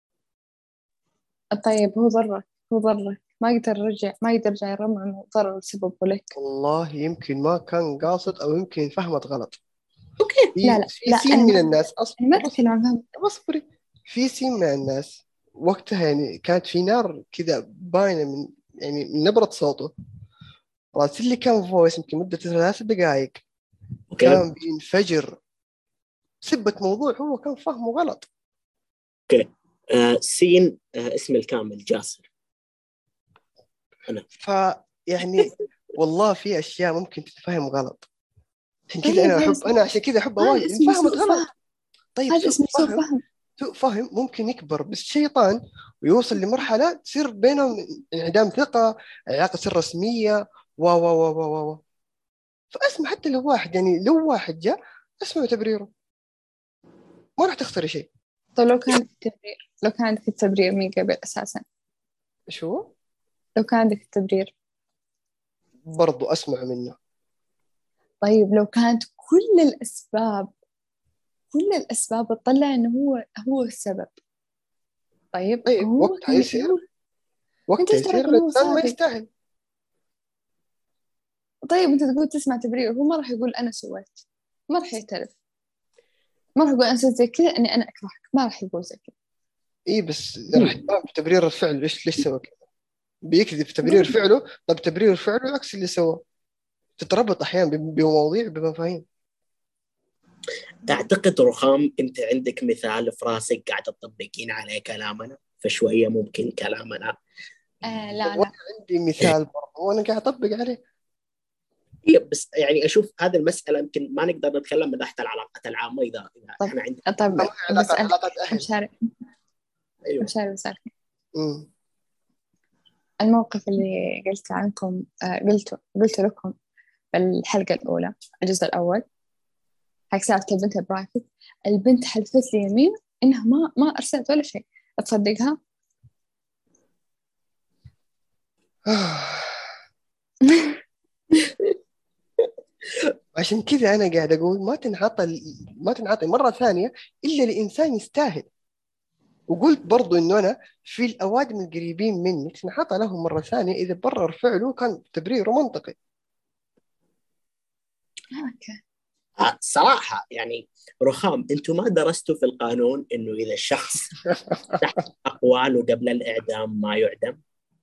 طيب هو ضرك، هو ضرك، ما يقدر يرجع، ما يقدر يرجع يرمى انه ضرر سببه لك. والله يمكن ما كان قاصد، او يمكن فهمت غلط. أوكي لا في لا في لا، سين انا من ما الناس انا ما اصبر بس. اتكلم عن فهم. اصبري. في سين من الناس وقتها يعني كانت في نار كذا باينه من يعني من نبره صوته. راسل لي كان فويس يمكن مدة ثلاث دقائق أوكي كان بينفجر سبة موضوع هو كان فاهمه غلط. أوكي آه سين آه اسم الكامل جاسر. أنا فيعني والله في أشياء ممكن تتفهم غلط، عشان كذا طيب أنا هذا أحب اسمه، أنا عشان كذا أحب هذا أواجه إن اسمه فهمت سوء فهم. غلط. طيب هذا سوء اسمه سوء فهم. فهم. سوء فهم ممكن يكبر بالشيطان ويوصل لمرحلة تصير بينهم انعدام ثقة، علاقة تصير رسمية و و و و و فأسمع حتى لو واحد يعني لو واحد جاء اسمع تبريره، ما راح تخسر شيء. طيب لو كان عندك التبرير، لو كان عندك التبرير من قبل اساسا، شو لو كان عندك التبرير. برضو أسمع منه. طيب لو كانت كل الاسباب، كل الاسباب تطلع انه هو هو السبب. طيب طيب هو وقتها كان يصير هو، انت وقتها ايش يصير دراك انه هو الإنسان ما صادق؟ يستاهل. طيب أنت تقول تسمع تبرير، هو ما راح يقول أنا سويت، ما راح يعترف، ما راح يقول أنا سويت زي كذا إني أنا أكرهك، ما راح يقول زي كذا. إيه بس راح يتهم بتبرير الفعل، ليش ليش سوى كذا؟ بيكذب في تبرير فعله. طب تبرير فعله عكس اللي سواه. تتربط أحيانا بمواضيع بمفاهيم. أعتقد رخام أنت عندك مثال في راسك قاعدة تطبقين عليه كلامنا، فشوية ممكن كلامنا. آه لا وأنا لا عندي مثال برضه وأنا قاعد أطبق عليه. إيه بس يعني أشوف هذه المسألة يمكن ما نقدر نتكلم من تحت العلاقات العامة إذا إذا طب إحنا عندنا. طب ما هي علاقات بسألك علاقات أهل. مشاري أيوه مشاري بسألك أمم. الموقف اللي قلت عنكم، آه قلت قلت لكم في الحلقة الأولى الجزء الأول حق سالفة البنت البرايفت، البنت حلفت لي يمين إنها ما ما أرسلت ولا شيء، تصدقها؟ عشان كذا أنا قاعد أقول ما تنعطى ال- ما تنعطي مرة ثانية إلا لإنسان يستاهل. وقلت برضو إنه أنا في الأوادم القريبين مني تنعطى لهم مرة ثانية إذا برر فعله كان تبريره منطقي. أوكي. آه، صراحة يعني رخام أنتم ما درستوا في القانون إنه إذا الشخص تحت أقواله قبل الإعدام ما يعدم؟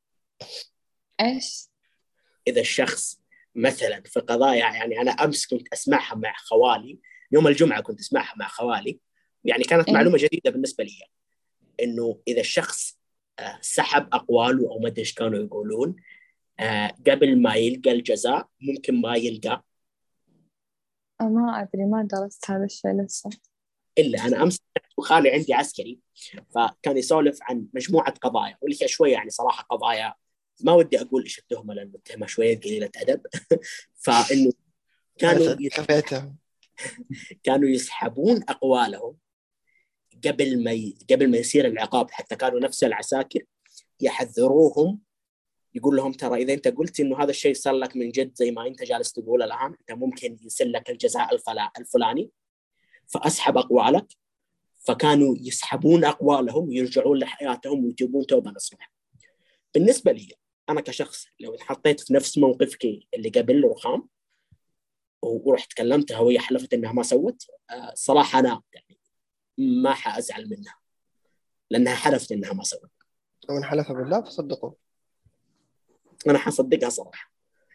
إيش؟ إذا الشخص مثلا في قضايا، يعني أنا أمس كنت أسمعها مع خوالي، يوم الجمعة كنت أسمعها مع خوالي، يعني كانت إيه؟ معلومة جديدة بالنسبة لي، إنه إذا الشخص آه، سحب أقواله أو ما أدري إيش كانوا يقولون آه، قبل ما يلقى الجزاء ممكن ما يلقى. أه ما أدري، ما درست هذا الشيء لسه. إلا أنا أمس وخالي عندي عسكري، فكان يسولف عن مجموعة قضايا واللي هي شوية يعني صراحة قضايا ما ودي أقول إيش التهمة لأن التهمة شوية قليلة أدب. فإنه كانوا خفيتها. كانوا يسحبون أقوالهم قبل ما ي... قبل ما يصير العقاب، حتى كانوا نفس العساكر يحذروهم، يقول لهم ترى إذا أنت قلت إنه هذا الشيء صار لك من جد زي ما أنت جالس تقول الآن، أنت ممكن يصير لك الجزاء الفلا... الفلاني، فأسحب أقوالك. فكانوا يسحبون أقوالهم ويرجعون لحياتهم ويتوبون توبة نصوح. بالنسبة لي أنا كشخص لو انحطيت في نفس موقفك اللي قبل رخام ورحت كلمتها وهي حلفت إنها ما سوت، صراحة أنا يعني ما حأزعل منها لأنها حلفت إنها ما سوت. ومن حلف بالله فصدقوه. أنا حصدقها صراحة.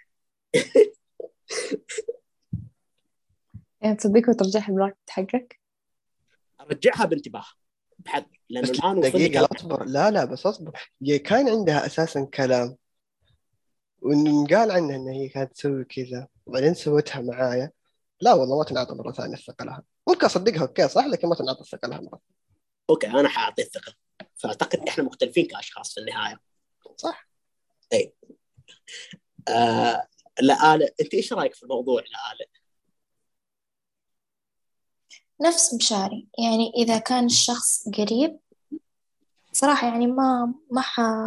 يعني تصدق وترجعها بالوقت حقك؟ أرجعها بانتباه بحد، لأنه بس الآن وصل لي دقيقة كلام. أصبر. لا لا بس أصبر. هي كان عندها أساسا كلام وإنه قال عنها إن هي كانت تسوي كذا وبعدين سوتها معايا. لا والله ما تنعطى مرة ثانية الثقة لها. ممكن أصدقها أوكي صح، لكن ما تنعطى الثقة لها مرة. أوكي أنا حأعطي الثقة، فأعتقد إحنا مختلفين كأشخاص في النهاية. صح. أي آه... لا آلة، أنت إيش رأيك في الموضوع؟ لا آلة نفس مشاري، يعني إذا كان الشخص قريب صراحة يعني ما ما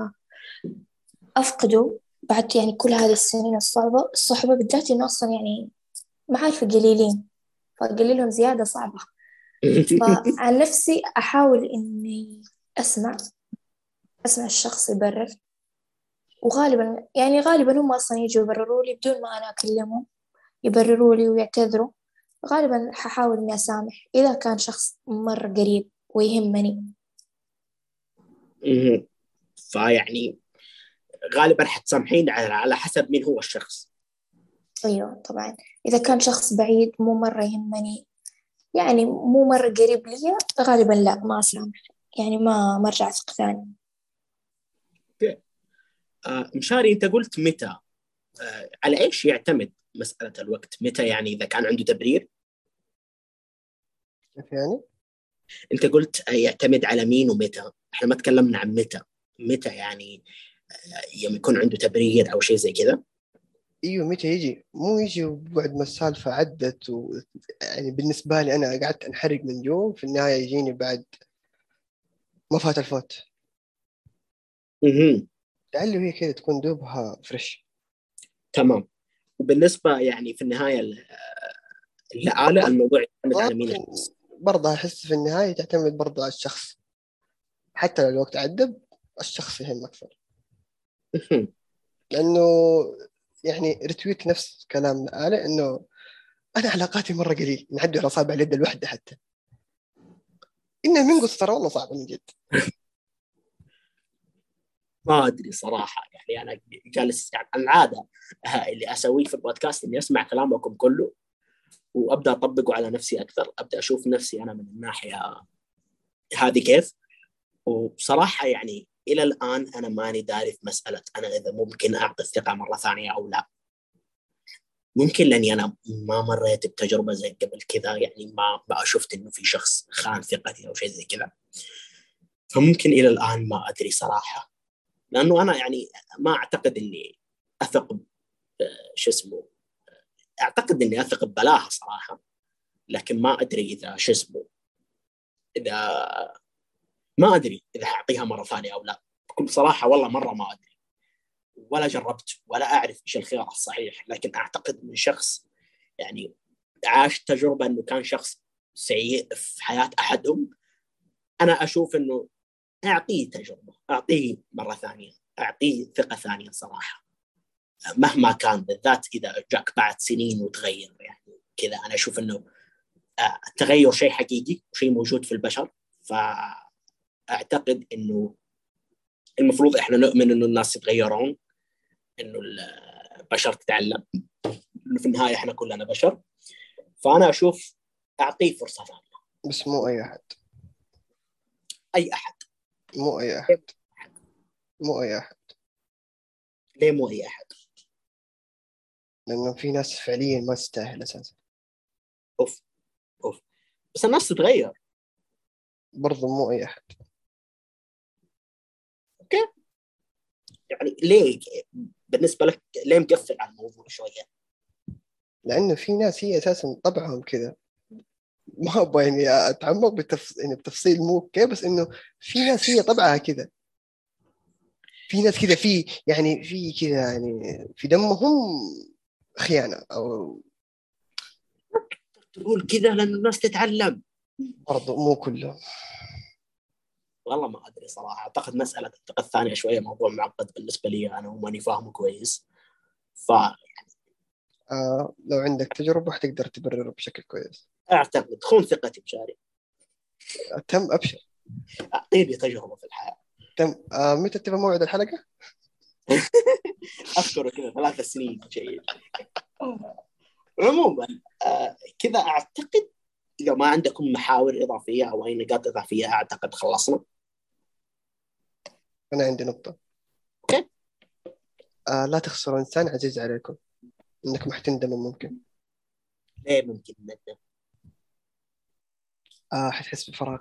حأفقده بعد يعني كل هذه السنين الصعبة الصحبة، بالذات إنه أصلا يعني معارفي قليلين، فقليلهم زيادة صعبة. فعن نفسي أحاول إني أسمع أسمع الشخص يبرر، وغالبا يعني غالبا هم أصلا يجوا يبرروا لي بدون ما أنا أكلمهم، يبرروا لي ويعتذروا. غالبا ححاول إني أسامح إذا كان شخص مرة قريب ويهمني. فيعني غالبا حتسامحين على على حسب مين هو الشخص. أيوة طبعا، إذا كان شخص بعيد مو مرة يهمني، يعني مو مرة قريب لي، غالبا لا ما أسامح، يعني ما مرجع أثق ثاني. آه مشاري أنت قلت متى، آه على إيش يعتمد مسألة الوقت؟ متى يعني إذا كان عنده تبرير؟ كيف يعني؟ أنت قلت آه يعتمد على مين ومتى، إحنا ما تكلمنا عن متى. متى يعني آه يوم يكون عنده تبرير أو شيء زي كذا؟ ايوه متى يجي، مو يجي وبعد ما السالفه عدت و... يعني بالنسبه لي انا قعدت انحرق من جوا، في النهايه يجيني بعد ما فات الفوت. اها لعله هي كذا تكون دوبها فريش. تمام. وبالنسبة يعني في النهاية الآلة الموضوع يعتمد على مين لكن الشخص. برضه احس في النهايه تعتمد برضه على الشخص، حتى لو الوقت عدى الشخص يهم اكثر. اها لانه يعني رتويت نفس كلامنا على إنه أنا علاقاتي مرة قليل، نعدي على أصابع اليد الواحدة حتى، إنه من قصة والله صعب من جد. ما أدري صراحة، يعني أنا جالس يعني العادة اللي أسويه في البودكاست إني أسمع كلامكم كله وأبدأ أطبقه على نفسي أكثر، أبدأ أشوف نفسي أنا من الناحية هذه كيف. وبصراحة يعني إلى الآن أنا ماني داري في مسألة أنا إذا ممكن أعطي الثقة مرة ثانية أو لا. ممكن لأني أنا ما مريت بتجربة زي قبل كذا، يعني ما ما شفت إنه في شخص خان ثقتي أو شيء زي كذا، فممكن إلى الآن ما أدري صراحة. لأنه أنا يعني ما أعتقد إني أثق شو اسمه، أعتقد إني أثق ببلاها صراحة، لكن ما أدري إذا شو اسمه، إذا ما أدري إذا أعطيها مرة ثانية أو لا. بكل صراحة والله مرة ما أدري، ولا جربت ولا أعرف إيش الخيار الصحيح. لكن أعتقد من شخص يعني عاش تجربة إنه كان شخص سيء في حياة أحدهم، أنا أشوف إنه أعطيه تجربة، أعطيه مرة ثانية، أعطيه ثقة ثانية صراحة مهما كان، بالذات إذا جاك بعد سنين وتغير. يعني كذا أنا أشوف إنه التغير شيء حقيقي وشيء موجود في البشر، فأعتقد إنه المفروض إحنا نؤمن إنه الناس يتغيرون، إنه البشر تتعلم، إنه في النهاية إحنا كلنا بشر. فأنا أشوف أعطيه فرصة ثانية. بس مو أي أحد، أي أحد، مو أي أحد، مو أي أحد. ليه مو أي أحد؟ لأنه في ناس فعليا ما تستاهل أساسا. أوف أوف، بس الناس تتغير برضو مو أي أحد. أوكي، يعني ليه بالنسبة لك ليه مقفل على الموضوع شوية؟ لأنه في ناس هي أساسا طبعهم كذا، ما أبغى يعني أتعمق بالتفص... يعني بتفصيل مو كيف، بس إنه في ناس هي طبعها كذا، في ناس كذا، في يعني في كذا يعني في دمهم خيانة أو تقول كذا لأن الناس تتعلم. برضو مو كله. والله ما أدري صراحة، أعتقد مسألة الثقة الثانية شوية موضوع معقد بالنسبة لي أنا وماني فاهمه كويس. آه لو عندك تجربة حتقدر تبرره بشكل كويس. فأعتقد خون ثقتي بشاري، آه تم، أبشر. أعطيني تجربة في الحياة. تم. آه متى تبغى موعد الحلقة؟ أذكره كذا ثلاث سنين شيء. عموما آه كذا أعتقد إذا ما عندكم محاور إضافية أو أي نقاط إضافية أعتقد خلصنا. أنا عندي نقطة. أوكي. آه لا تخسروا إنسان عزيز عليكم، إنكم حتندموا ممكن. ليه ممكن ندم؟ آه حتحس بفراغ.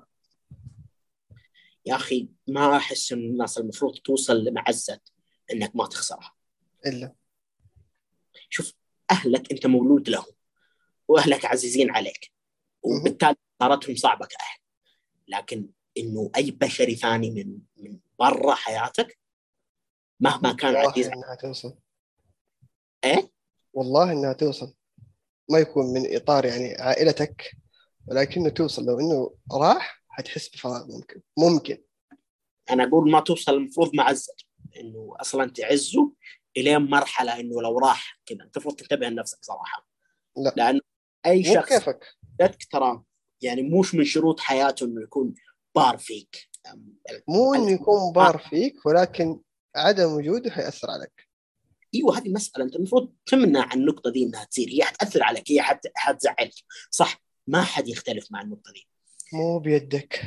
يا أخي ما أحس إن الناس المفروض توصل لمعزة إنك ما تخسرها. إلا شوف، أهلك أنت مولود لهم وأهلك عزيزين عليك وبالتالي صارتهم صعبة كأهل، لكن إنه أي بشري ثاني من من برا حياتك مهما كان عزيز والله إنها توصل. إيه؟ والله إنها توصل، ما يكون من إطار يعني عائلتك، ولكنه توصل. لو إنه راح حتحس بفراغ ممكن ممكن أنا أقول ما توصل، المفروض معزة إنه أصلا تعزه إلى مرحلة إنه لو راح كذا أنت المفروض تنتبه لنفسك صراحة. لا لأنه أي مو شخص بكيفك. جدك ترى يعني موش من شروط حياته إنه يكون بار فيك. مو إنه يكون بار فيك، ولكن عدم وجوده حيأثر عليك. ايوه هذه مساله انت المفروض تمنع النقطه دي انها تصير، هي حتاثر عليك، هي حت حتزعلك صح، ما حد يختلف مع النقطه دي. مو بيدك.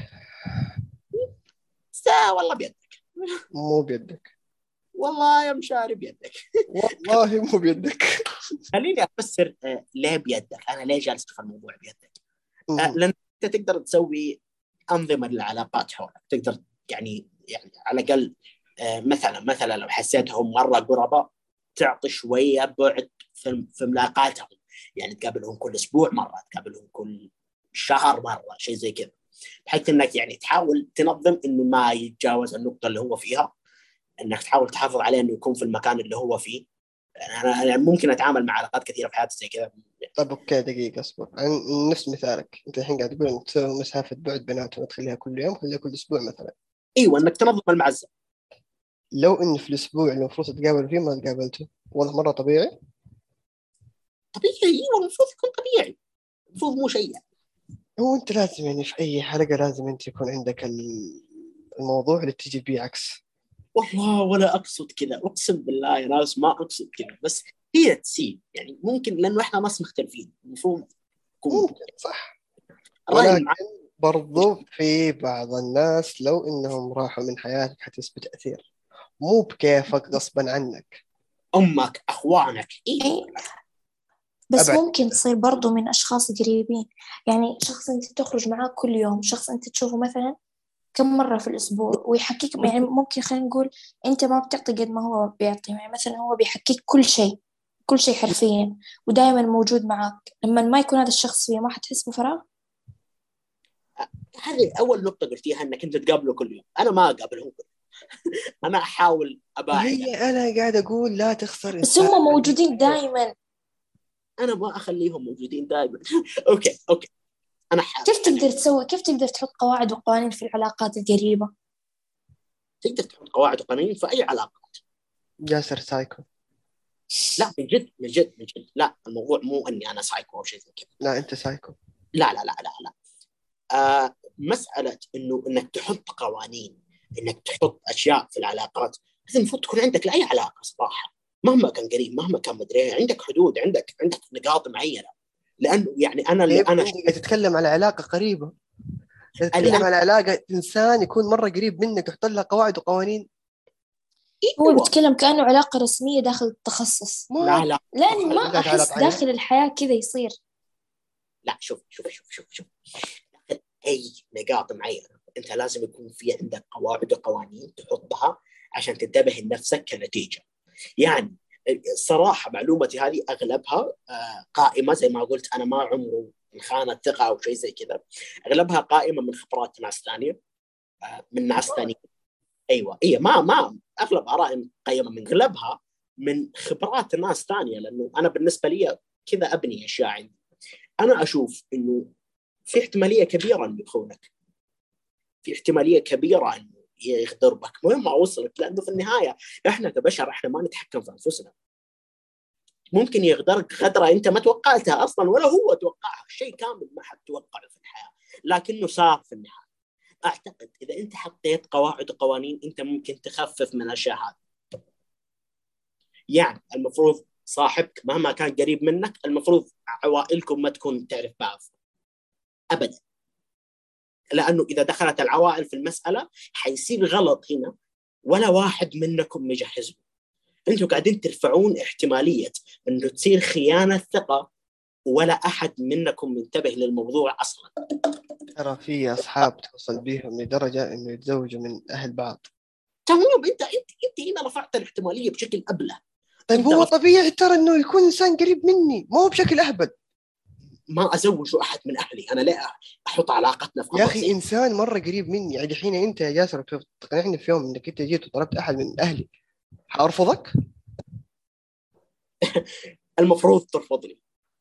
سا والله بيدك. مو بيدك. والله يا مشاري بيدك. والله مو بيدك. خليني افسر آه ليه بيدك، انا ليه جالس في الموضوع بيدك. آه مهم. لان انت تقدر تسوي انظمه للعلاقات حولك، تقدر يعني يعني على الاقل آه مثلا مثلا لو حسيتهم مره قرباء تعطي شويه بعد في في ملاقاتهم، يعني تقابلهم كل اسبوع مره، تقابلهم كل شهر مره، شيء زي كذا، بحيث انك يعني تحاول تنظم انه ما يتجاوز النقطه اللي هو فيها، انك تحاول تحافظ عليه انه يكون في المكان اللي هو فيه. انا انا ممكن اتعامل مع علاقات كثيره في حياتي زي كذا. طيب اوكي دقيقة اصبر. عن نفس مثالك انت الحين قاعد تقول انك تسوي مسافة بعد بيناتهم، تخليها كل يوم، خليها كل اسبوع مثلا. ايوه انك تنظم المعزه. لو إن في الأسبوع اللي المفروض تتقابل فيه ما تقابلته، واضح مرة طبيعي. طبيعي، ايوه المفروض يكون طبيعي، المفروض مو شيء يعني. هو أنت لازم يعني في أي حلقة لازم أنت يكون عندك ال- الموضوع اللي تجي بيه عكس. والله ولا اقصد كذا، اقسم بالله يا ناس ما اقصد كذا، بس هي تسيب يعني، ممكن لانه احنا ناس مختلفين المفروض يكون ممكن صح، الراي ولكن المعاق. برضو في بعض الناس لو إنهم راحوا من حياتك حتحس بتأثير، مو بكيفك غصبا عنك. امك، اخوانك، ايوه. إيه، بس أبعد. ممكن تصير برضو من أشخاص قريبين. يعني شخص أنت تخرج معاه كل يوم، شخص أنت تشوفه مثلا كم مرة في الأسبوع ويحكيك. يعني ممكن خلينا نقول أنت ما بتعطي قد ما هو بيعطي. يعني مثلا هو بيحكيك كل شيء، كل شيء حرفيا، ودائما موجود معاك. لما ما يكون هذا الشخص فيه ما حتحس بفراغ. هذه اول نقطه قلتيها، انك انت تقابله كل يوم. انا ما اقابلهم كل يوم. انا احاول اباعد. وهي أنا قاعد أقول لا تخسر بس إنسان. هم موجودين دائما. انا ما اخليهم موجودين دائما. اوكي اوكي انا حاول. كيف تقدر تسوي، كيف تقدر تحط قواعد وقوانين في العلاقات القريبة؟ تقدر تحط قواعد وقوانين في اي علاقه. جاسر سايكو. لا من جد من جد من جد، لا الموضوع مو اني انا سايكو او شيء زي كذا. لا أنت سايكو. لا لا لا لا لا. آه مساله انه انك تحط قوانين، انك تحط اشياء في العلاقات، هذا المفروض تكون عندك لاي علاقه صراحه، مهما كان قريب مهما كان مدري، عندك حدود، عندك عندك نقاط معينه. لانه يعني انا اللي طيب انا أنت قاعد تتكلم على علاقة قريبة، اللي تتكلم انا على علاقة إنسان يكون مرة قريب منك تحط لها قواعد وقوانين. هو ايوه. بيتكلم كأنه علاقة رسمية داخل التخصص. لا ما لا لأن ما خليك أحس علاقة عائلة. داخل الحياة كذا يصير. لا شوف شوف شوف شوف شوف اي نقاط معينه انت لازم يكون في عندك قواعد وقوانين تحطها عشان تنتبه لنفسك كنتيجه. يعني الصراحه معلومتي هذه اغلبها قائمه زي ما قلت، انا ما عمره خانه ثقه او شيء زي كذا، اغلبها قائمه من خبرات ناس ثانيه، من ناس ثانيه. ايوه اي ما ما اغلب ارائي مقيمه من اغلبها من خبرات ناس ثانيه، لانه انا بالنسبه لي كذا ابني اشياء عندي. انا اشوف انه في احتماليه كبيره انه يخونك، في احتماليه كبيره انه يغدر بك مهما وصلت، لانه في النهايه احنا كبشر احنا ما نتحكم في انفسنا. ممكن يغدرك غدره انت ما توقعتها اصلا ولا هو توقعها، شيء كامل ما حد توقعه في الحياه، لكنه صار في النهايه. اعتقد اذا انت حطيت قواعد وقوانين انت ممكن تخفف من الاشياء هذه. يعني المفروض صاحبك مهما كان قريب منك المفروض عوائلكم ما تكون تعرف بعض ابدا، لانه اذا دخلت العوائل في المساله حيصير غلط هنا، ولا واحد منكم مجهزه. انتم قاعدين ترفعون احتماليه انه تصير خيانه ثقه، ولا احد منكم منتبه للموضوع اصلا. ترى في أصحاب توصل بيهم لدرجة إنه يتزوجوا من أهل بعض. تمام، انت انت انت هنا رفعت الاحتماليه بشكل ابله. طيب انت هو رفعت. طبيعي ترى إنه يكون إنسان قريب مني، مو بشكل أهبل. ما ازوج احد من اهلي، انا لا احط علاقتنا في يا خطر أخي زي. إنسان مرة قريب مني، يعني الحين أنت يا جاسر تقنعني في يوم إنك أنت جيت وطلبت أحد من أهلي حأرفضك؟ المفروض ترفضني،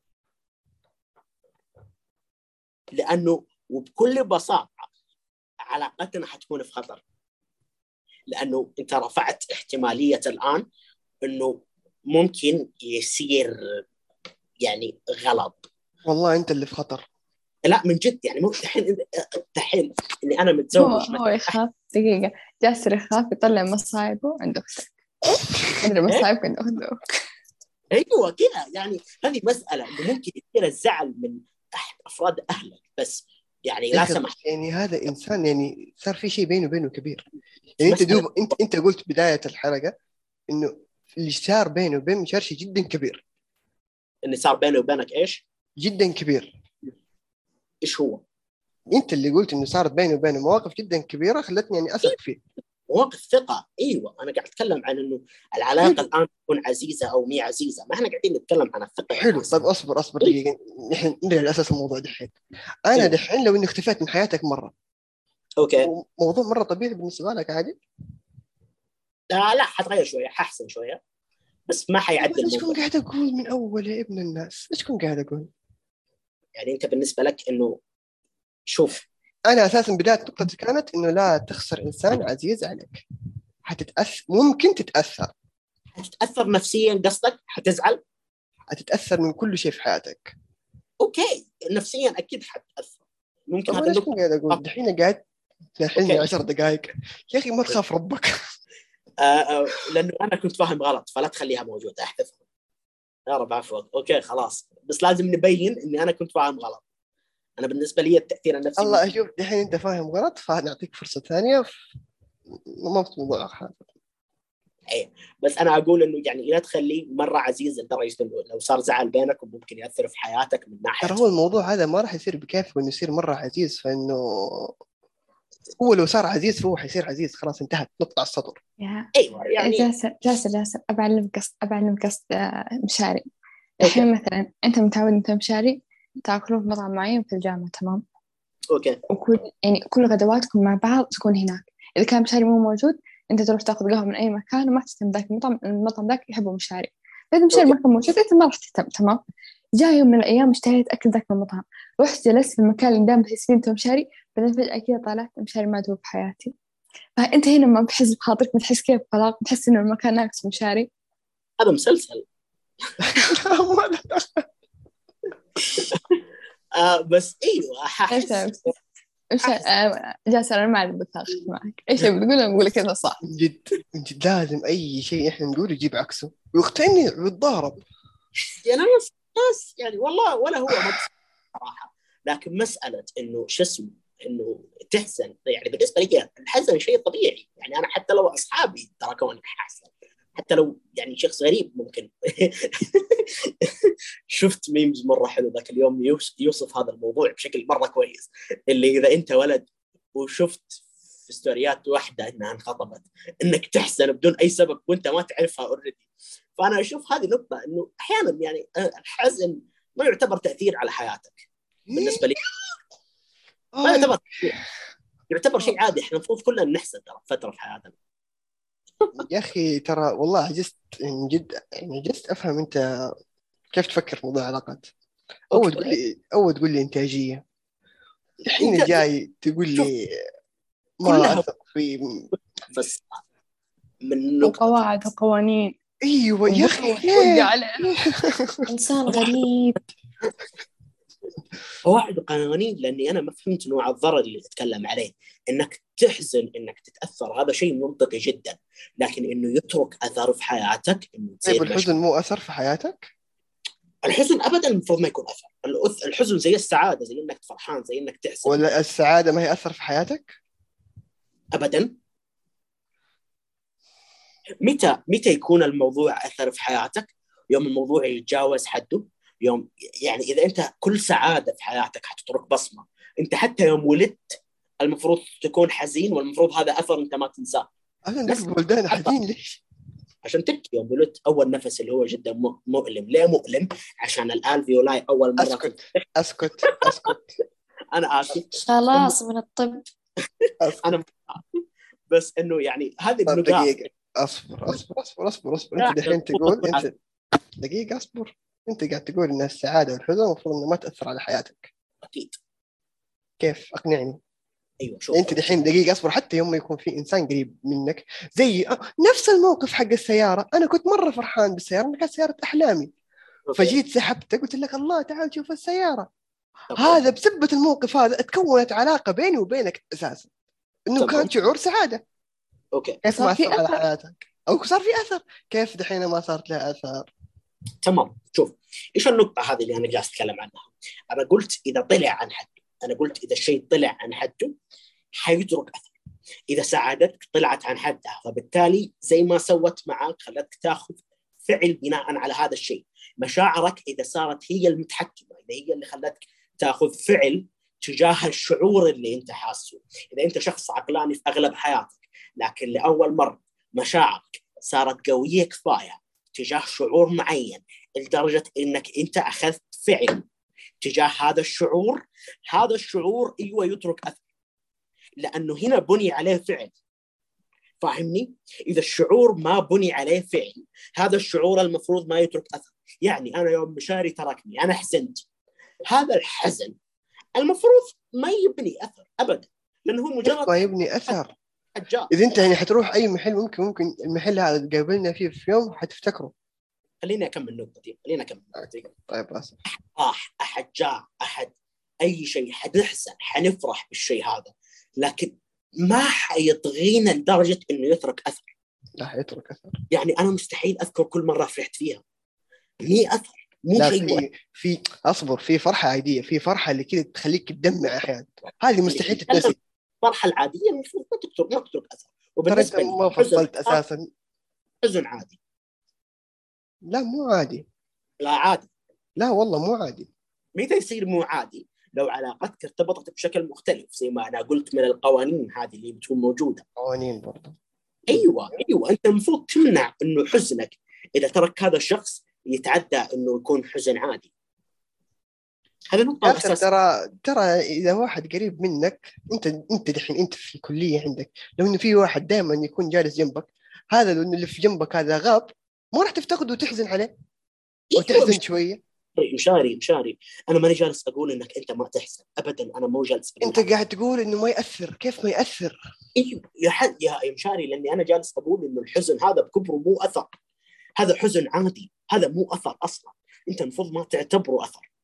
لانه وبكل بساطه علاقتنا حتكون في خطر، لانه انت رفعت احتماليه الان انه ممكن يصير يعني غلط. والله أنت اللي في خطر. لا من جد يعني، مو دحين دحين اني انا هو متزوج هو مثلا. يخاف. دقيقة، جاسر يخاف يطلع مصايبه عند أختك. أدري مصايبك عند أختك. ايوه كذا يعني، هذه مساله انه ممكن يصير الزعل من احد افراد اهلك، بس يعني لا أيوة سمح. بس يعني هذا إنسان يعني صار في شيء بينه وبينه كبير. يعني أنت مساله دوب أنت أنت قلت بداية الحلقة إنه اللي صار بينه وبين مشارشي جدا كبير. اللي صار بيني وبينك ايش؟ جدا كبير. ايش هو؟ انت اللي قلت انه صارت بيني وبينه مواقف جدا كبيره خلتني اني اثق فيه. مواقف ثقه، ايوه انا قاعد اتكلم عن انه العلاقه حلو. الان تكون عزيزه او مي عزيزه، ما احنا قاعدين نتكلم عن الثقه يا حلو ناس. طيب اصبر اصبر دقيقه، نحن نرجع لاساس الموضوع دحين. انا أيوة. دحين لو اني اختفيت من حياتك مره، اوكي. موضوع مره طبيعي بالنسبه لك عادي؟ لا لا حتغير شويه، ححسن شويه، بس ما حيعدل ليش الموضوع. كنت قاعد اقول من اول يا ابن الناس؟ ليش كنت قاعد اقول؟ يعني انت بالنسبه لك انه شوف، انا اساسا بدايه نقطتي كانت انه لا تخسر انسان عزيز عليك. حتتأثر، ممكن تتأثر. حتتأثر نفسيا قصدك؟ حتزعل؟ حتتأثر من كل شيء في حياتك. اوكي نفسيا اكيد حتتأثر. ممكن طب هذا ليش النقطة. قاعد اقول دحين قاعد تحلني أوكي. عشر دقائق يا اخي، ما تخاف ربك. آه آه لانه انا كنت فاهم غلط فلا تخليها موجودة، احذفها يا رب عفوك. اوكي خلاص، بس لازم نبين اني انا كنت فاهم غلط. انا بالنسبة لي التأثير النفسي الله ممكن. اشوف دحين انت فاهم غلط، فنعطيك فرصة ثانية في... ما في موضوع هذا. ايه بس انا اقول انه يعني لا تخليه مره عزيز لدرجه انه لو صار زعل بينكم ممكن ياثر في حياتك من ناحيه. ترى هو الموضوع هذا ما راح يصير بكيف وانه يصير مرة عزيز، فانه هو لو صار عزيز فهو حيصير عزيز، خلاص انتهت نقطة على السطر. يا ايوه يعني جاسر جاسر جاسر أبعلمك قصد أبعلمك قصد آه، مشاري. أوكي. الحين مثلا أنت متعود أنت مشاري تاكلون في مطعم معين في الجامعة، تمام؟ اوكي وكل يعني كل غدواتكم مع بعض تكون هناك. إذا كان مشاري مو موجود أنت تروح تاخذ قهوة من أي مكان وما تهتم ذاك المطعم، المطعم ذاك يحبه مشاري. فإذا مشاري أوكي. ما كان موجود أنت ما راح تهتم، تمام؟ جاء يوم من الأيام اشتهيت أكل ذاك المطعم، رحت جلست في المكان اللي دام تسمين أنت مشاري، بعدين فجأة كذا طلعت مشاري ما دوب في حياتي. فأنت هنا ما بتحس بخاطرك، بتحس كيف خلاص، بتحس إنه المكان ناقص مشاري. هذا مسلسل. آه بس ايوه إيش ححس. إيش آه، جاسر أنا ما أعرف بتناقش معك، إيش بتقول؟ أنا بقول كذا صح. من جد من جد لازم اي شيء احنا نقوله يجيب عكسه ويقتني ويتضارب. يعني ناس ناس يعني والله ولا هو مقصود صراحه، لكن مساله انه شو اسمه انه تحزن، يعني بالنسبه لي الحزن شيء طبيعي. يعني انا حتى لو اصحابي تركوني احزن، حتى لو يعني شخص غريب ممكن. شفت ميمز مره حلو ذاك اليوم يوصف هذا الموضوع بشكل مره كويس، اللي اذا انت ولد وشفت في ستوريات واحده انها انخطبت انك تحزن بدون اي سبب وانت ما تعرفها اوريدي. فانا اشوف هذه نقطه انه احيانا يعني الحزن ما يعتبر تاثير على حياتك بالنسبه لي، ما يعتبر تأثير. يعتبر شيء عادي. احنا المفروض كلنا نحزن ترى فتره في حياتنا. يا اخي ترى والله عجزت من جد، يعني عجزت افهم انت كيف تفكر في موضوع العلاقات. اول تقول لي اول تقول لي انتاجيه، الحين انت جاي تقول لي ما كلها اثق في. بس من نقطه وقواعد وقوانين ايوه يا اخي وقع عليه. إنسان غريب. قواعد وقوانين، لاني انا ما فهمت نوع الضرر اللي تتكلم عليه. انك تحزن انك تتاثر هذا شيء منطقي جدا، لكن انه يترك اثر في حياتك انه طيب تصير الحزن مو اثر في حياتك؟ الحزن ابدا المفروض ما يكون اثر. الأث- الحزن زي السعاده، زي انك فرحان، زي انك تحزن. ولا السعاده ما هي اثر في حياتك؟ ابدا. متى متى يكون الموضوع اثر في حياتك؟ يوم الموضوع يتجاوز حده. يوم يعني اذا انت كل سعاده في حياتك حتترك بصمه. انت حتى يوم ولدت المفروض تكون حزين، والمفروض هذا اثر انت ما تنساه. انا نفس نقبل ولدان حزين ليش؟ عشان تبكي يوم ولدت اول نفس اللي هو جدا مؤلم. ليه مؤلم؟ عشان الالفيولاي اول مره اسكت اسكت اسكت انا اسف. خلاص من الطب. اسكت. انا بس انه يعني هذه طب النقاط. دقيقه اصبر اصبر اصبر اصبر اصبر انت دحين تقول انت دقيقه اصبر انت قاعد تقول ان السعاده والحزن المفروض انه ما تاثر على حياتك. اكيد. كيف؟ اقنعني. ايوه شوف انت دحين دقيقه اصبر، حتى يوم ما يكون في انسان قريب منك زي نفس الموقف حق السياره، انا كنت مره فرحان بالسياره، انها كانت سياره احلامي، أوكي. فجيت سحبتك قلت لك الله تعال شوف السياره. أوكي. هذا بسبة الموقف هذا تكونت علاقه بيني وبينك اساسا، انه تمام. كان شعور سعاده. اوكي كيف صار ما في اثر على أثر. حياتك او صار في اثر؟ كيف دحين ما صارت له اثر؟ تمام. شوف ايش النقطه هذه اللي انا جالس اتكلم عنها. انا قلت اذا طلع عن حده، انا قلت اذا الشيء طلع عن حده حيترك اثر. اذا سعادتك طلعت عن حدها فبالتالي زي ما سوت معك خلتك تاخذ فعل بناء على هذا الشيء. مشاعرك اذا صارت هي المتحكمه، اذا هي اللي خلتك تاخذ فعل تجاه الشعور اللي انت حاسه. اذا انت شخص عقلاني في اغلب حياتك، لكن لاول مره مشاعرك صارت قويه كفايه تجاه شعور معين لدرجه انك انت اخذت فعل تجاه هذا الشعور، هذا الشعور ايوه يترك اثر، لانه هنا بني عليه فعل. فاهمني؟ اذا الشعور ما بني عليه فعل، هذا الشعور المفروض ما يترك اثر. يعني انا يوم مشاري تركني انا حزنت، هذا الحزن المفروض ما يبني اثر ابدا، لانه هو كيف مجرد ما يبني اثر؟ حجاج. اذا انت يعني حتروح اي محل ممكن ممكن المحل هذا تقابلنا فيه في يوم حتفتكره. خليني اكمل نقطتي خليني اكمل نقطتي طيب اسف. راح احد جاء احد اي شيء حنحزن حنفرح بالشيء هذا، لكن ما حيطغينا لدرجه انه يترك اثر. لا حيترك اثر. يعني انا مستحيل اذكر كل مره فرحت فيها، لي اثر مو لا شيء في في اصبر، في فرحه عاديه، في فرحه اللي كذا تخليك تدمع احيانا، هذه مستحيل تتنسي. الفرحه العاديه المفروض ما تترك ما تترك اثر. ترى انت وبالنسبه لي ما فصلت اساسا. حزن عادي. لا مو عادي. لا عادي. لا والله مو عادي. متى يصير مو عادي؟ لو علاقتك ارتبطت بشكل مختلف زي ما انا قلت من القوانين هذه اللي بتكون موجوده. قوانين برضه. ايوه ايوه انت المفروض تمنع انه حزنك اذا ترك هذا الشخص يتعدى انه يكون حزن عادي. هذا نقطه ياسر اساسيه. ترى ترى اذا واحد قريب منك، انت انت دحين انت في الكليه عندك، لو انه في واحد دائما يكون جالس جنبك، هذا لو انه اللي في جنبك هذا غاب ما راح تفتقده وتحزن عليه وتحزن شويه. مشاري مشاري انا ماني جالس اقول انك انت ما تحزن ابدا، انا مو جالس انت قاعد تقول انه ما ياثر، كيف ما ياثر؟ ايوه يا حد يا مشاري، لاني انا جالس اقول انه الحزن هذا بكبره مو اثر، هذا حزن عادي، هذا مو اثر اصلا، انت المفروض ما تعتبره اثر.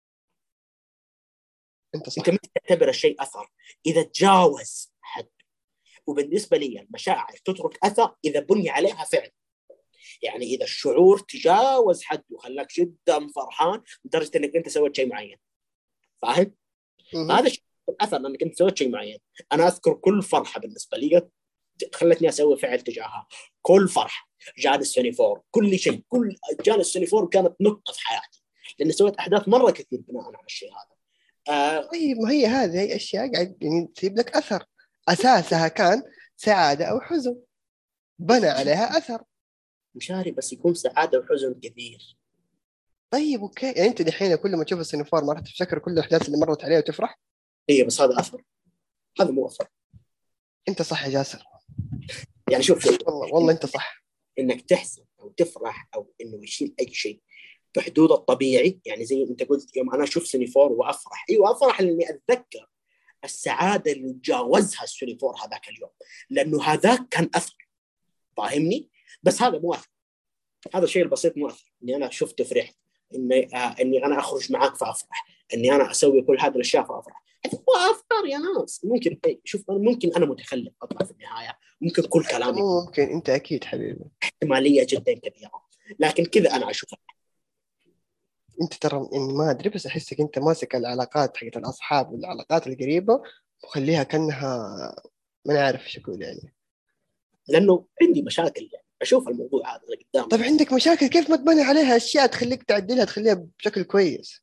انت صح. انت ما تعتبر الشيء اثر اذا تجاوز حد. وبالنسبه لي المشاعر تترك اثر اذا بني عليها فعل. يعني اذا الشعور تجاوز حد وخلاك جدا فرحان لدرجه انك انت سويت شيء معين، فاهم؟ هذا الشيء اثر لانك انت سويت شيء معين. انا اذكر كل فرحه بالنسبه لي خلتني اسوي فعل تجاهها، كل فرحه جالس سوني فور، كل شيء، كل جالس سوني فور كانت نقطه في حياتي لاني سويت احداث مره كثير بناء على الشيء هذا. آه طيب ما هي هذه اشياء قاعد يعني تجيب لك اثر، اساسها كان سعاده او حزن بنى عليها اثر. مشاري بس يكون سعاده وحزن كثير. طيب اوكي، يعني انت دحين كل ما تشوف السنوفار ما راح تفتكر كل الاحداث اللي مرت عليه وتفرح؟ اي بس هذا اثر، هذا مو اثر. انت صح يا جاسر، يعني شوف شوف والله والله انت صح. انك تحزن او تفرح او انه يشيل اي شيء بحدود الطبيعي، يعني زي انت قلت يوم انا اشوف سونيفور وافرح، ايوه افرح لاني اتذكر السعاده اللي تجاوزها السونيفور هذاك اليوم، لانه هذاك كان اثر، فاهمني؟ بس هذا مو اثر، هذا الشيء البسيط مو اثر. اني انا شفت فرحت، اني آه اني انا اخرج معاك فافرح، اني انا اسوي كل هذه الاشياء فافرح. افكار يا ناس ممكن شوف ممكن انا متخلف اطلع في النهايه، ممكن كل كلامي ممكن انت اكيد حبيبي احتماليه جدا كبيره، لكن كذا انا اشوفها. انت ترى يعني ما ادري بس احسك انت ماسك العلاقات حقت الاصحاب والعلاقات القريبه وخليها كانها ما نعرف ايش اقول يعني. لانه عندي مشاكل يعني اشوف الموضوع هذا اللي قدام. طيب عندك مشاكل كيف ما تبني عليها اشياء تخليك تعدلها تخليها بشكل كويس؟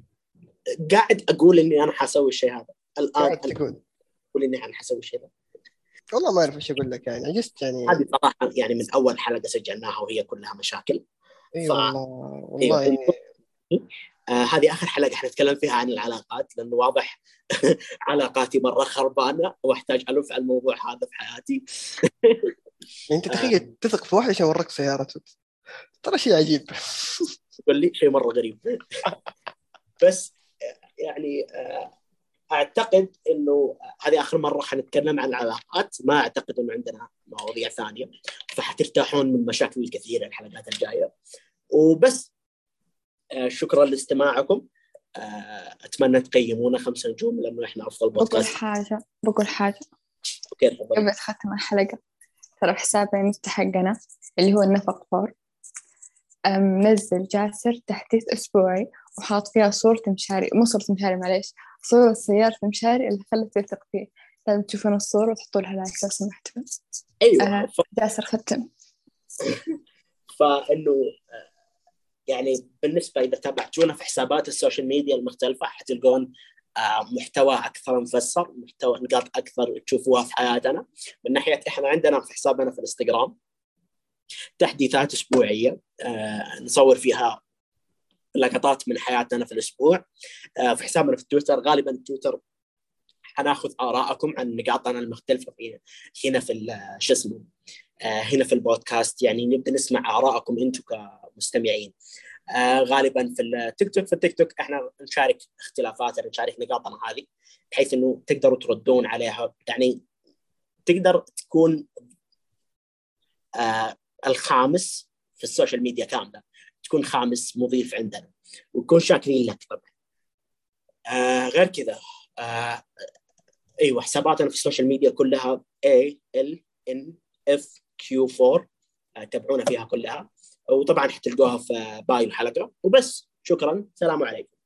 قاعد اقول اني انا حاسوي الشيء هذا الان، قاعد تقول اقول اني انا حاسوي الشيء هذا. والله ما اعرف ايش اقول لك يعني عجزت يعني. هذه صراحه يعني من اول حلقه سجلناها وهي كلها مشاكل. اي ف... والله والله يعني. آه هذه آخر حلقة حنتكلم فيها عن العلاقات، لأنه واضح علاقاتي مرة خربانة وأحتاج ألف على الموضوع هذا في حياتي. انت تخيل تثق في واحد عشان ورك سيارته، ترى شيء عجيب. تقول لي شيء مرة غريب. بس يعني آه أعتقد إنه هذه آخر مرة حنتكلم عن العلاقات، ما أعتقد إنه عندنا مواضيع ثانية، فحترتاحون من مشاكل الكثير الحلقات الجاية. وبس آه شكرا لاستماعكم. آه أتمنى تقيمونا خمسة نجوم لأنه إحنا أفضل بقول بودكاست. حاجة بقول حاجة أوكي تفضل. قبل ختم الحلقة، ترى حساب انستا حقنا اللي هو النفق فور منزل جاسر تحديث أسبوعي وحاط فيها صورة مشاري، مو صورة مشاري معليش، صورة سيارة مشاري اللي خلت يثق فيه. لازم تشوفون الصورة وتحطوا لها لايك لو سمحتوا. أيوة آه ف... جاسر ختم. فإنه يعني بالنسبة إذا تابعتونا في حسابات السوشيال ميديا المختلفة حتلقون محتوى أكثر مفسر، محتوى نقاط أكثر تشوفوها في حياتنا. من ناحية إحنا عندنا في حسابنا في الإنستغرام تحديثات أسبوعية نصور فيها لقطات من حياتنا في الأسبوع. في حسابنا في تويتر غالبا تويتر حناخذ آراءكم عن نقاطنا المختلفة هنا في شو اسمه هنا في البودكاست، يعني نبدأ نسمع آراءكم أنتم كمستمعين. آه غالبا في التيك توك في التيك توك احنا نشارك اختلافاتنا، نشارك نقاطنا هذه بحيث انه تقدروا تردون عليها، يعني تقدر تكون آه الخامس في السوشيال ميديا كاملة، تكون خامس مضيف عندنا ويكون شاكرين لك طبعا. آه غير كذا آه ايوه حساباتنا في السوشيال ميديا كلها A L N F Q four، آه تابعونا فيها كلها، وطبعا حتلقوها في باقي الحلقة. وبس، شكرا، سلام عليكم.